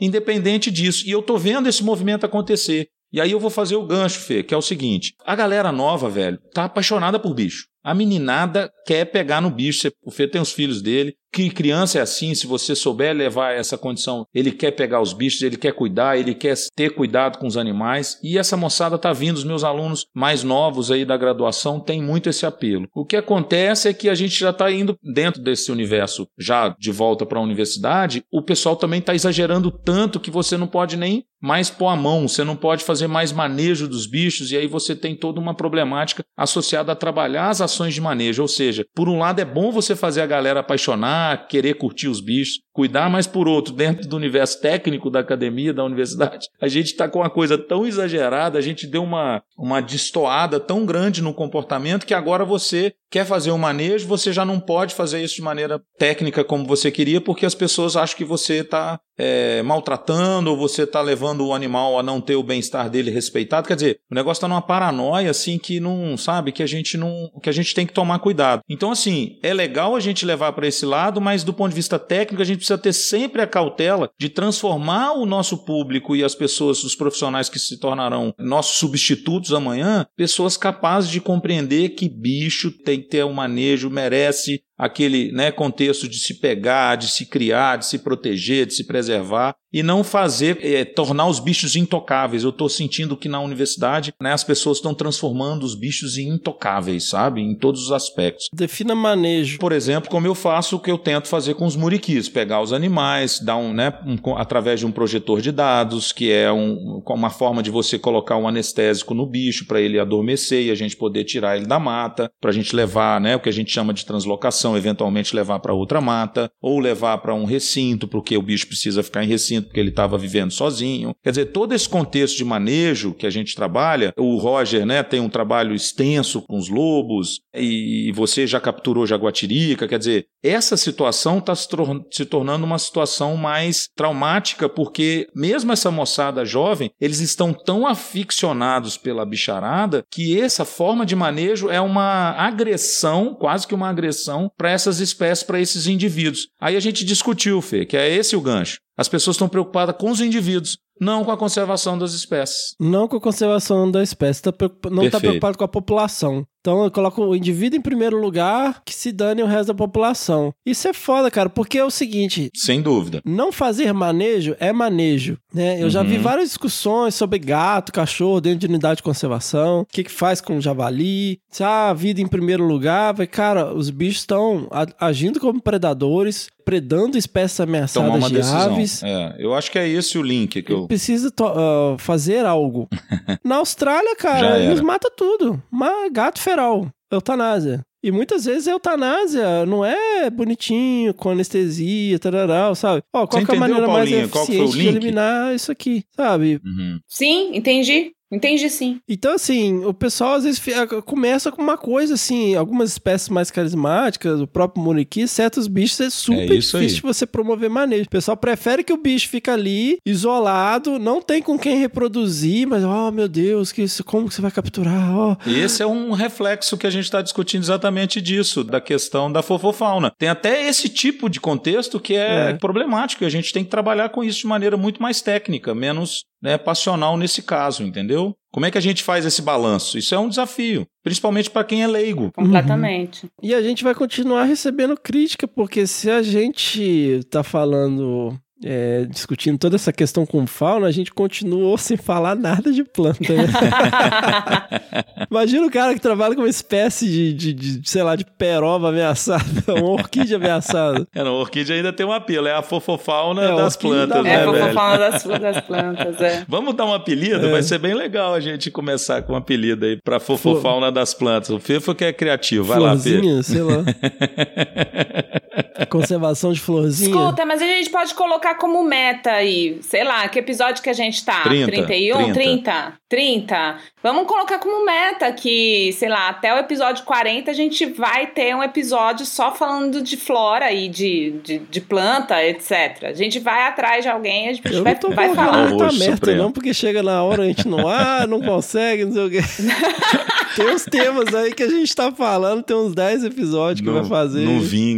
independente disso. E eu tô vendo esse movimento acontecer. E aí eu vou fazer o gancho, Fê, que é o seguinte. A galera nova, velho, tá apaixonada por bicho. A meninada quer pegar no bicho. O Fê tem os filhos dele. Que criança é assim, se você souber levar essa condição, ele quer pegar os bichos, ele quer cuidar, ele quer ter cuidado com os animais. E essa moçada tá vindo, os meus alunos mais novos aí da graduação têm muito esse apelo. O que acontece é que a gente já tá indo dentro desse universo, já de volta para a universidade, o pessoal também tá exagerando tanto que você não pode nem mais pôr a mão, você não pode fazer mais manejo dos bichos, e aí você tem toda uma problemática associada a trabalhar as ações de manejo. Ou seja, por um lado é bom você fazer a galera apaixonar, querer curtir os bichos, cuidar, mas por outro, dentro do universo técnico da academia, da universidade, a gente está com uma coisa tão exagerada, a gente deu uma, uma destoada tão grande no comportamento que agora você quer fazer um manejo, você já não pode fazer isso de maneira técnica como você queria, porque as pessoas acham que você está é, maltratando ou você está levando o animal a não ter o bem-estar dele respeitado. Quer dizer, o negócio está numa paranoia assim que não, sabe, que a gente não, que a gente tem que tomar cuidado. Então assim, é legal a gente levar para esse lado, mas do ponto de vista técnico a gente precisa ter sempre a cautela de transformar o nosso público e as pessoas, os profissionais que se tornarão nossos substitutos amanhã, pessoas capazes de compreender que bicho tem que ter um manejo, merece aquele, né, contexto de se pegar, de se criar, de se proteger, de se preservar e não fazer, é, tornar os bichos intocáveis. Eu estou sentindo que na universidade, né, as pessoas estão transformando os bichos em intocáveis, sabe? Em todos os aspectos.
Defina manejo.
Por exemplo, como eu faço o que eu tento fazer com os muriquis, pegar os animais, dar um, né, um, através de um projetor de dados, que é um, uma forma de você colocar um anestésico no bicho para ele adormecer e a gente poder tirar ele da mata, para a gente levar, né, o que a gente chama de translocação, eventualmente levar para outra mata, ou levar para um recinto, porque o bicho precisa ficar em recinto, porque ele estava vivendo sozinho. Quer dizer, todo esse contexto de manejo que a gente trabalha, o Roger, né, tem um trabalho extenso com os lobos, e você já capturou jaguatirica, quer dizer, essa situação está se, tor- se tornando uma situação mais traumática, porque mesmo essa moçada jovem, eles estão tão aficionados pela bicharada, que essa forma de manejo é uma agressão, quase que uma agressão, para essas espécies, para esses indivíduos. Aí a gente discutiu, Fê, que é esse o gancho. As pessoas estão preocupadas com os indivíduos, não com a conservação das espécies.
Não com a conservação da espécie, tá preocup... não está preocupado com a população. Então eu coloco o indivíduo em primeiro lugar, que se dane o resto da população. Isso é foda, cara, porque é o seguinte...
Sem dúvida.
Não fazer manejo é manejo, né? Eu uhum. já vi várias discussões sobre gato, cachorro dentro de unidade de conservação, o que que faz com o javali, se a vida em primeiro lugar, vai, cara, os bichos estão agindo como predadores, predando espécies ameaçadas de
decisão.
aves.
É, eu acho que é esse o link que eu...
Precisa to- uh, fazer algo. Na Austrália, cara, eles matam tudo. Mas gato feral, eutanásia. E muitas vezes a eutanásia não é bonitinho, com anestesia, tararau, sabe? Ó, qual que é a maneira mais eficiente de eliminar isso aqui, sabe?
Uhum.
Sim, entendi. Entendi, sim.
Então, assim, o pessoal às vezes começa com uma coisa, assim, algumas espécies mais carismáticas, o próprio muriqui, certos bichos é super é difícil aí. de você promover manejo. O pessoal prefere que o bicho fique ali, isolado, não tem com quem reproduzir, mas, oh, meu Deus, que isso, como que você vai capturar? Oh.
E esse é um reflexo que a gente está discutindo exatamente disso, da questão da fofofauna. Tem até esse tipo de contexto que é, é. problemático, e a gente tem que trabalhar com isso de maneira muito mais técnica, menos... né, passional nesse caso, entendeu? Como é que a gente faz esse balanço? Isso é um desafio, principalmente para quem é leigo.
Completamente.
Uhum. E a gente vai continuar recebendo crítica, porque se a gente tá falando... É, discutindo toda essa questão com fauna, a gente continuou sem falar nada de planta, né? Imagina o cara que trabalha com uma espécie de, de, de sei lá, de peroba ameaçada, uma orquídea ameaçada.
É, não, a orquídea ainda tem um apelo, é a fofofauna
é,
das plantas,
da...
né,
É a
velho?
fofofauna das, das plantas, é.
Vamos dar um apelido? É. Vai ser bem legal a gente começar com um apelido aí pra fofofauna Fo... das plantas. O Fefo que é criativo, vai
Florzinha,
lá, Fê.
sei lá. Conservação de florzinha.
Escuta, mas a gente pode colocar como meta aí, sei lá, que episódio que a gente tá?
trinta,
trinta e um?
trinta.
trinta? trinta? Vamos colocar como meta que, sei lá, até o episódio quarenta a gente vai ter um episódio só falando de flora e de, de, de planta, etcétera. A gente vai atrás de alguém, a gente
Eu
vai,
não tô
vai falar.
muita merda não, porque chega na hora a gente não, ah, não consegue, não sei o quê. Tem uns temas aí que a gente tá falando, tem uns dez episódios que
não,
vai fazer.
Não vinga, né,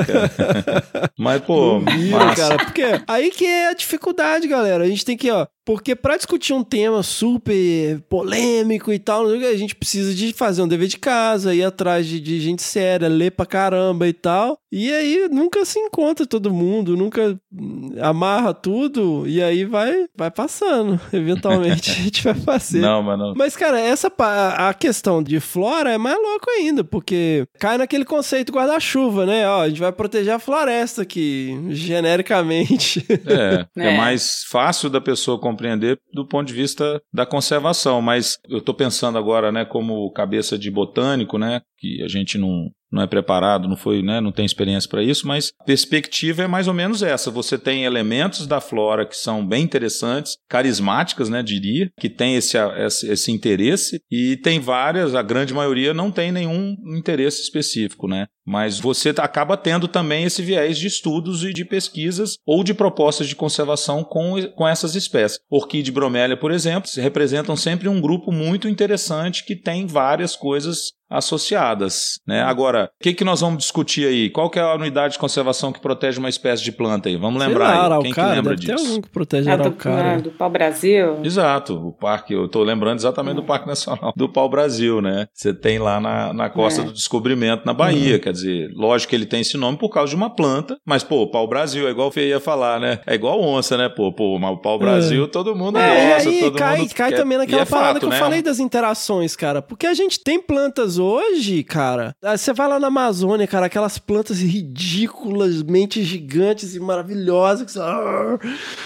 cara. Mas, pô,
Vira,
massa.
cara, porque aí que é a dificuldade, galera. A gente tem que, ó, porque pra discutir um tema super polêmico e tal, a gente precisa de fazer um dever de casa, ir atrás de, de gente séria, ler pra caramba e tal. E aí nunca se encontra todo mundo, nunca amarra tudo, e aí vai, vai passando. Eventualmente a gente vai fazer.
Não, mas não.
Mas, cara, essa a questão de flora é mais louco ainda, porque cai naquele conceito guarda-chuva, né? Ó, a gente vai proteger a floresta aqui, genericamente.
É, é,
É.
mais fácil da pessoa compreender do ponto de vista da conservação, mas eu tô pensando agora, né, como cabeça de botânico, né, que a gente não, não é preparado, não foi, né, não tem experiência para isso, mas a perspectiva é mais ou menos essa. Você tem elementos da flora que são bem interessantes, carismáticas, né, diria, que tem esse, esse, esse interesse, e tem várias, a grande maioria não tem nenhum interesse específico, né, mas você acaba tendo também esse viés de estudos e de pesquisas ou de propostas de conservação com, com essas espécies. Orquídea e bromélia, por exemplo, representam sempre um grupo muito interessante que tem várias coisas associadas, né? Agora, o que, que nós vamos discutir aí? Qual que é a unidade de conservação que protege uma espécie de planta aí? Vamos lembrar
Sei lá,
aí. Quem que
araucária,
lembra
deve ter
disso?
algum que protege a
É do,
araucária.
é, do pau-brasil.
Exato, o parque, eu tô lembrando exatamente do Parque Nacional do Pau-Brasil, né? Você tem lá na, na Costa
É.
do Descobrimento, na Bahia, quer dizer, lógico que ele tem esse nome por causa de uma planta, mas, pô, o Pau-Brasil é igual o Fê ia falar, né? É igual onça, né? Pô, pô, mas o Pau-Brasil todo mundo
É,
gosta,
e aí
todo
cai,
mundo
cai
quer.
também
E
naquela
é
parada
fato,
que eu
né?
falei das interações, cara. Porque a gente tem plantas hoje, cara. Ah, você vai lá na Amazônia, cara, aquelas plantas ridiculamente gigantes e maravilhosas. Que... você- Arr!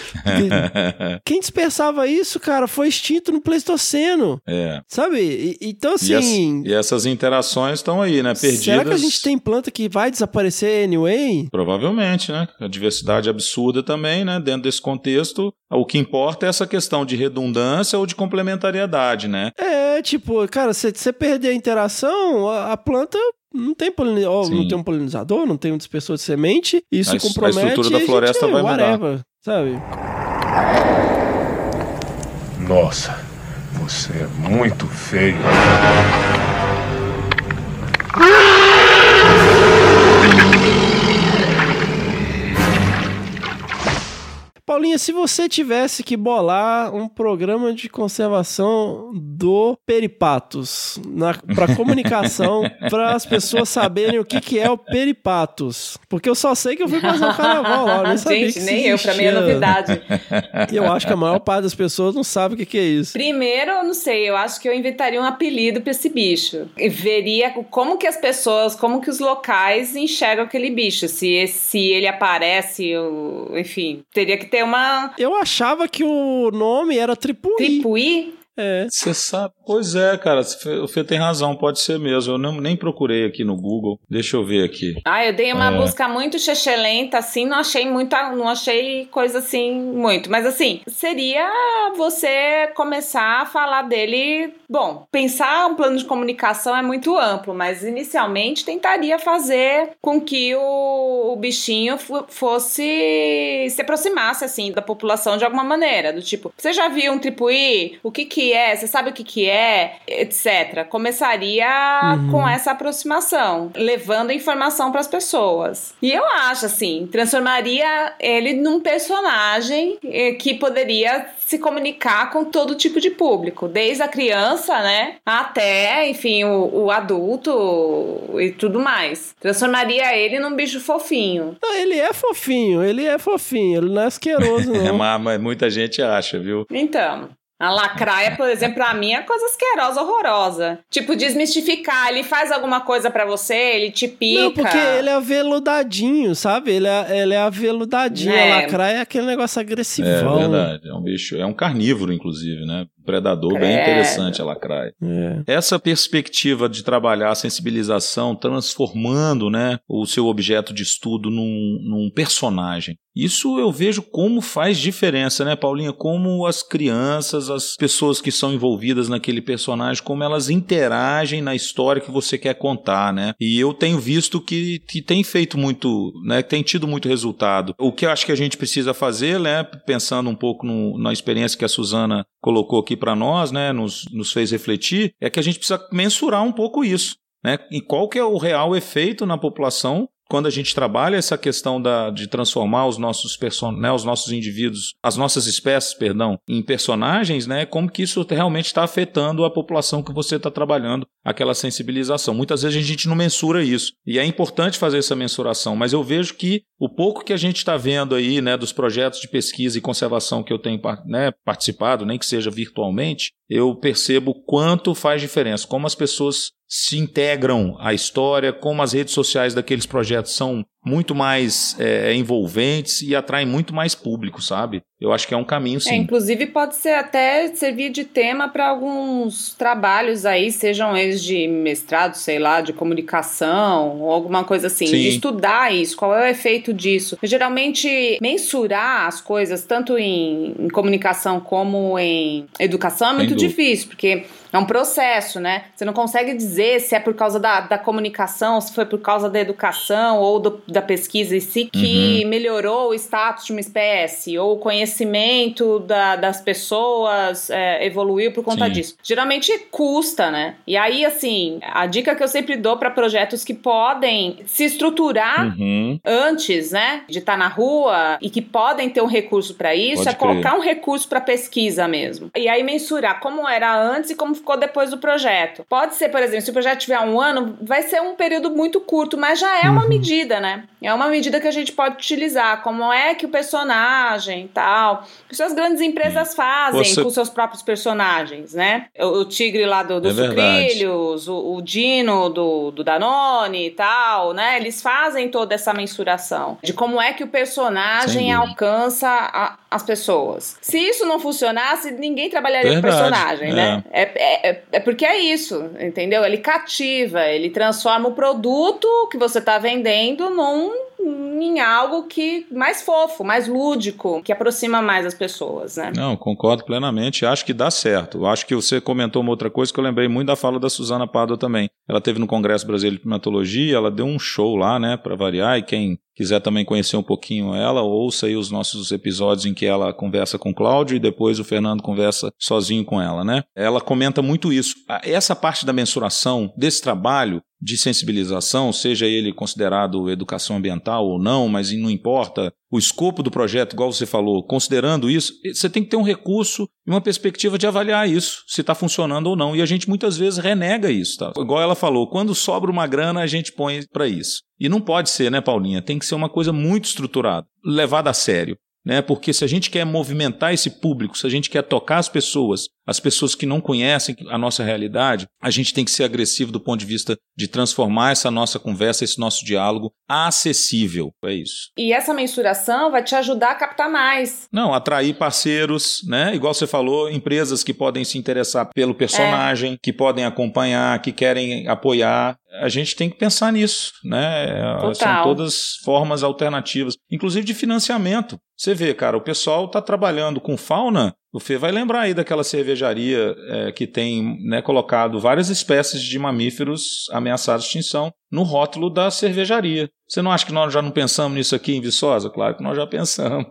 Quem dispersava isso, cara, foi extinto no Pleistoceno.
É.
Sabe? E- então,
E, as-
assim...
e essas interações estão aí, né? Perdidas.
Será que a gente tem planta que vai desaparecer anyway?
Provavelmente, né? A diversidade absurda também, né? Dentro desse contexto, o que importa é essa questão de redundância ou de complementariedade, né?
É, tipo, cara, se você perder a interação, a, a planta não tem, polini- ó,
Sim.
não tem um polinizador, não tem um dispersor de semente, isso
A es- a
compromete
estrutura da
e a
floresta
gente,
vai mudar.
whatever, sabe?
Nossa, você é muito feio.
Paulinha, se você tivesse que bolar um programa de conservação do peripatos na, pra comunicação, para as pessoas saberem o que, que é o peripatos. Porque eu só sei que eu fui fazer um carnaval lá, eu nem sabia
Gente,
que isso
nem eu, pra mim é
existia.
novidade.
E eu acho que a maior parte das pessoas não sabe o que, que é isso.
Primeiro, eu não sei, eu acho que eu inventaria um apelido pra esse bicho. E veria como que as pessoas, como que os locais enxergam aquele bicho. Se, se ele aparece, ou, enfim, teria que ter uma
Eu achava que o nome era Tripuí.
tripuí.
É.
Você sabe? Pois é, cara. O Fê tem razão, pode ser mesmo. Eu não, nem procurei aqui no Google. Deixa eu ver aqui.
Ah, eu dei uma
É.
busca muito chechelenta, assim, não achei muita, não achei coisa assim muito. Mas assim, seria você começar a falar dele. Bom, pensar um plano de comunicação é muito amplo, mas inicialmente tentaria fazer com que o, o bichinho fo- fosse se aproximasse assim da população de alguma maneira, do tipo, você já viu um tripuí? O que que é? Você sabe o que que é? Etc. Começaria
Uhum.
com essa aproximação, levando informação para as pessoas. E eu acho assim, transformaria ele num personagem eh, que poderia se comunicar com todo tipo de público, desde a criança, né, até, enfim, o, o adulto e tudo mais. Transformaria ele num bicho fofinho.
Não, ele é fofinho, ele é fofinho, ele não é asqueroso,
É,
não.
mas, mas muita gente acha, viu?
Então, a lacraia, por exemplo, pra mim é coisa asquerosa, horrorosa. Tipo, desmistificar, ele faz alguma coisa pra você, ele te pica.
Não, porque ele é aveludadinho, sabe? Ele é, ele é aveludadinho.
É.
A lacraia é aquele negócio
É
agressivão.
verdade. É um bicho, é um carnívoro, inclusive, né? Um predador bem
Credo.
interessante, a lacraia.
É.
Essa perspectiva de trabalhar a sensibilização, transformando, né, o seu objeto de estudo num, num personagem. Isso eu vejo como faz diferença, né, Paulinha? Como as crianças, as pessoas que são envolvidas naquele personagem, como elas interagem na história que você quer contar, né? E eu tenho visto que, que tem feito muito, né, tem tido muito resultado. O que eu acho que a gente precisa fazer, né, pensando um pouco no, na experiência que a Suzana colocou aqui para nós, né, nos, nos fez refletir, é que a gente precisa mensurar um pouco isso, né? E qual que é o real efeito na população quando a gente trabalha essa questão da, de transformar os nossos, person, né, os nossos indivíduos, as nossas espécies, perdão, em personagens, né, como que isso realmente está afetando a população que você está trabalhando, aquela sensibilização. Muitas vezes a gente não mensura isso, e é importante fazer essa mensuração, mas eu vejo que o pouco que a gente está vendo aí, né, dos projetos de pesquisa e conservação que eu tenho, né, participado, nem que seja virtualmente, eu percebo quanto faz diferença, como as pessoas se integram à história, como as redes sociais daqueles projetos são muito mais é, envolventes e atraem muito mais público, sabe? Eu acho que é um caminho, sim.
É, inclusive pode ser até servir de tema para alguns trabalhos aí, sejam eles de mestrado, sei lá, de comunicação ou alguma coisa assim,
sim.
de estudar isso, qual é o efeito disso. Geralmente, mensurar as coisas, tanto em, em comunicação como em educação, é muito difícil, porque é um processo, né? Você não consegue dizer se é por causa da, da comunicação, se foi por causa da educação ou do, da pesquisa em si que uhum. melhorou o status de uma espécie, ou o conhecimento da, das pessoas é, evoluiu por conta Sim. disso. Geralmente custa, né? E aí, assim, a dica que eu sempre dou para projetos que podem se estruturar uhum. antes, né, de estar na rua e que podem ter um recurso para isso, Pode é colocar crer. um recurso para pesquisa mesmo. E aí mensurar como era antes e como ficou depois do projeto. Pode ser, por exemplo, se o projeto tiver um ano, vai ser um período muito curto, mas já é uma uhum. medida, né? É uma medida que a gente pode utilizar. Como é que o personagem tal... Isso as grandes empresas fazem Você... com seus próprios personagens, né? O, o tigre lá do, do é Sucrilhos, o, o Dino do, do Danone e tal, né? Eles fazem toda essa mensuração de como é que o personagem alcança a, as pessoas. Se isso não funcionasse, ninguém trabalharia Verdade. com o personagem, é. né? É, é, é porque é isso, entendeu? Ele cativa, ele transforma o produto que você está vendendo num, em algo que mais fofo, mais lúdico, que aproxima mais as pessoas, né?
Não, concordo plenamente. Acho que dá certo. Acho que você comentou uma outra coisa que eu lembrei muito da fala da Suzana Pádua também. Ela teve no Congresso Brasileiro de Primatologia, ela deu um show lá, né, para variar, e quem quiser também conhecer um pouquinho ela, ouça aí os nossos episódios em que ela conversa com o Cláudio e depois o Fernando conversa sozinho com ela, né? Ela comenta muito isso. Essa parte da mensuração desse trabalho de sensibilização, seja ele considerado educação ambiental ou não, mas não importa o escopo do projeto, igual você falou, considerando isso, você tem que ter um recurso e uma perspectiva de avaliar isso, se está funcionando ou não. E a gente muitas vezes renega isso, tá? Igual ela falou, quando sobra uma grana, a gente põe para isso. E não pode ser, né, Paulinha? Tem que ser uma coisa muito estruturada, levada a sério. Né? Porque se a gente quer movimentar esse público, se a gente quer tocar as pessoas, as pessoas que não conhecem a nossa realidade, a gente tem que ser agressivo do ponto de vista de transformar essa nossa conversa, esse nosso diálogo acessível. É isso.
E essa mensuração vai te ajudar a captar mais.
Não, atrair parceiros, né? Igual você falou, empresas que podem se interessar pelo personagem, é. que podem acompanhar, que querem apoiar. A gente tem que pensar nisso, né? Total. São todas formas alternativas, inclusive de financiamento. Você vê, cara, o pessoal está trabalhando com fauna. O Fê vai lembrar aí daquela cervejaria é, que tem, né, colocado várias espécies de mamíferos ameaçados de extinção no rótulo da cervejaria. Você não acha que nós já não pensamos nisso aqui em Viçosa? Claro que nós já pensamos.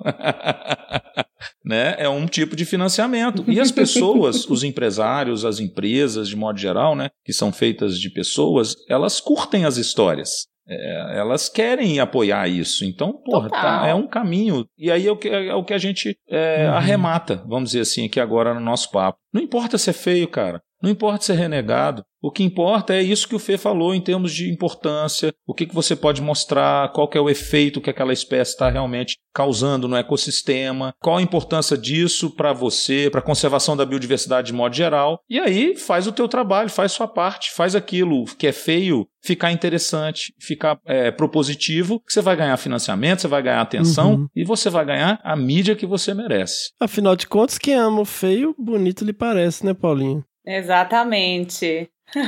Né? É um tipo de financiamento. E as pessoas, os empresários, as empresas, de modo geral, né, que são feitas de pessoas, elas curtem as histórias. É, elas querem apoiar isso. Então, porra, tá, é um caminho. E aí é o que, é o que a gente é, uhum. arremata, vamos dizer assim, aqui agora no nosso papo. Não importa ser feio, cara. Não importa ser renegado. O que importa é isso que o Fê falou em termos de importância, o que, que você pode mostrar, qual que é o efeito que aquela espécie está realmente causando no ecossistema, qual a importância disso para você, para a conservação da biodiversidade de modo geral. E aí faz o teu trabalho, faz sua parte, faz aquilo que é feio ficar interessante, ficar é, propositivo, que você vai ganhar financiamento, você vai ganhar atenção uhum. e você vai ganhar a mídia que você merece.
Afinal de contas, quem ama o feio, bonito lhe parece, né, Paulinho?
Exatamente.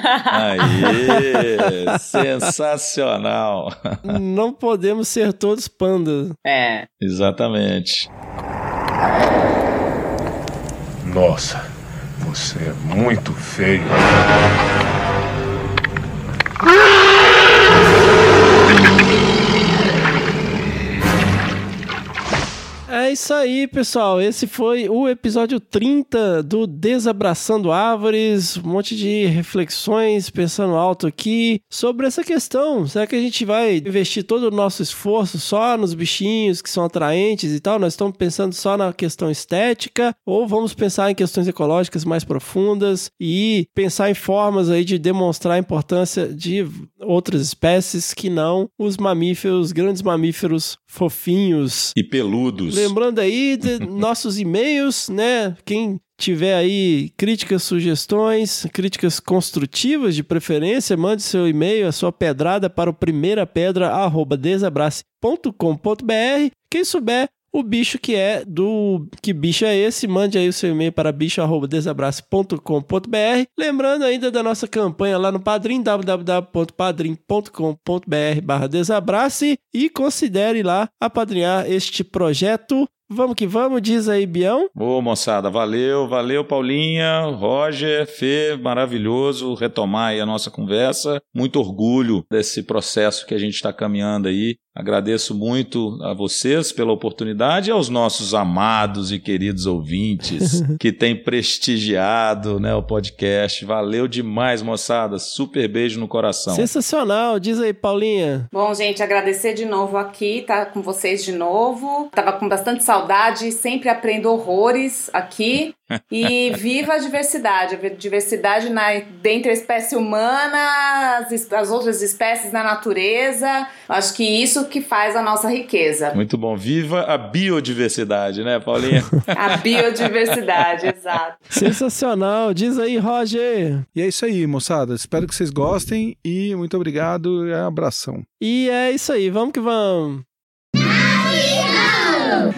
Aê, sensacional.
Não podemos ser todos pandas.
É.
Exatamente.
Nossa, você é muito feio.
É isso aí, pessoal. Esse foi o episódio trinta do Desabraçando Árvores. Um monte de reflexões, pensando alto aqui, sobre essa questão. Será que a gente vai investir todo o nosso esforço só nos bichinhos que são atraentes e tal? Nós estamos pensando só na questão estética? Ou vamos pensar em questões ecológicas mais profundas e pensar em formas aí de demonstrar a importância de outras espécies que não os mamíferos, grandes mamíferos fofinhos
e peludos.
Lembrando aí de nossos e-mails, né? Quem tiver aí críticas, sugestões, críticas construtivas de preferência, mande seu e-mail, a sua pedrada para o primeirapedra arroba desabrace ponto com ponto b r. Quem souber o bicho que é do... Que bicho é esse? Mande aí o seu e-mail para bicho arroba desabrace ponto com ponto b r. Lembrando ainda da nossa campanha lá no Padrim, w w w ponto padrim ponto com ponto b r barra desabrace, e considere lá apadrinhar este projeto. Vamos que vamos, diz aí, Bião.
Ô, moçada, valeu, valeu, Paulinha, Roger, Fê, maravilhoso retomar aí a nossa conversa. Muito orgulho desse processo que a gente está caminhando aí. Agradeço muito a vocês pela oportunidade e aos nossos amados e queridos ouvintes que têm prestigiado, né, o podcast. Valeu demais, moçada. Super beijo no coração.
Sensacional. Diz aí, Paulinha.
Bom, gente, agradecer de novo aqui, tá com vocês de novo. Tava com bastante saudade, sempre aprendo horrores aqui. E viva a diversidade, a diversidade na, dentro da espécie humana, as, as outras espécies na natureza. Acho que isso que faz a nossa riqueza.
Muito bom. Viva a biodiversidade, né, Paulinha?
A biodiversidade, exato.
Sensacional. Diz aí, Roger.
E é isso aí, moçada. Espero que vocês gostem e muito obrigado e abração.
E é isso aí. Vamos que vamos.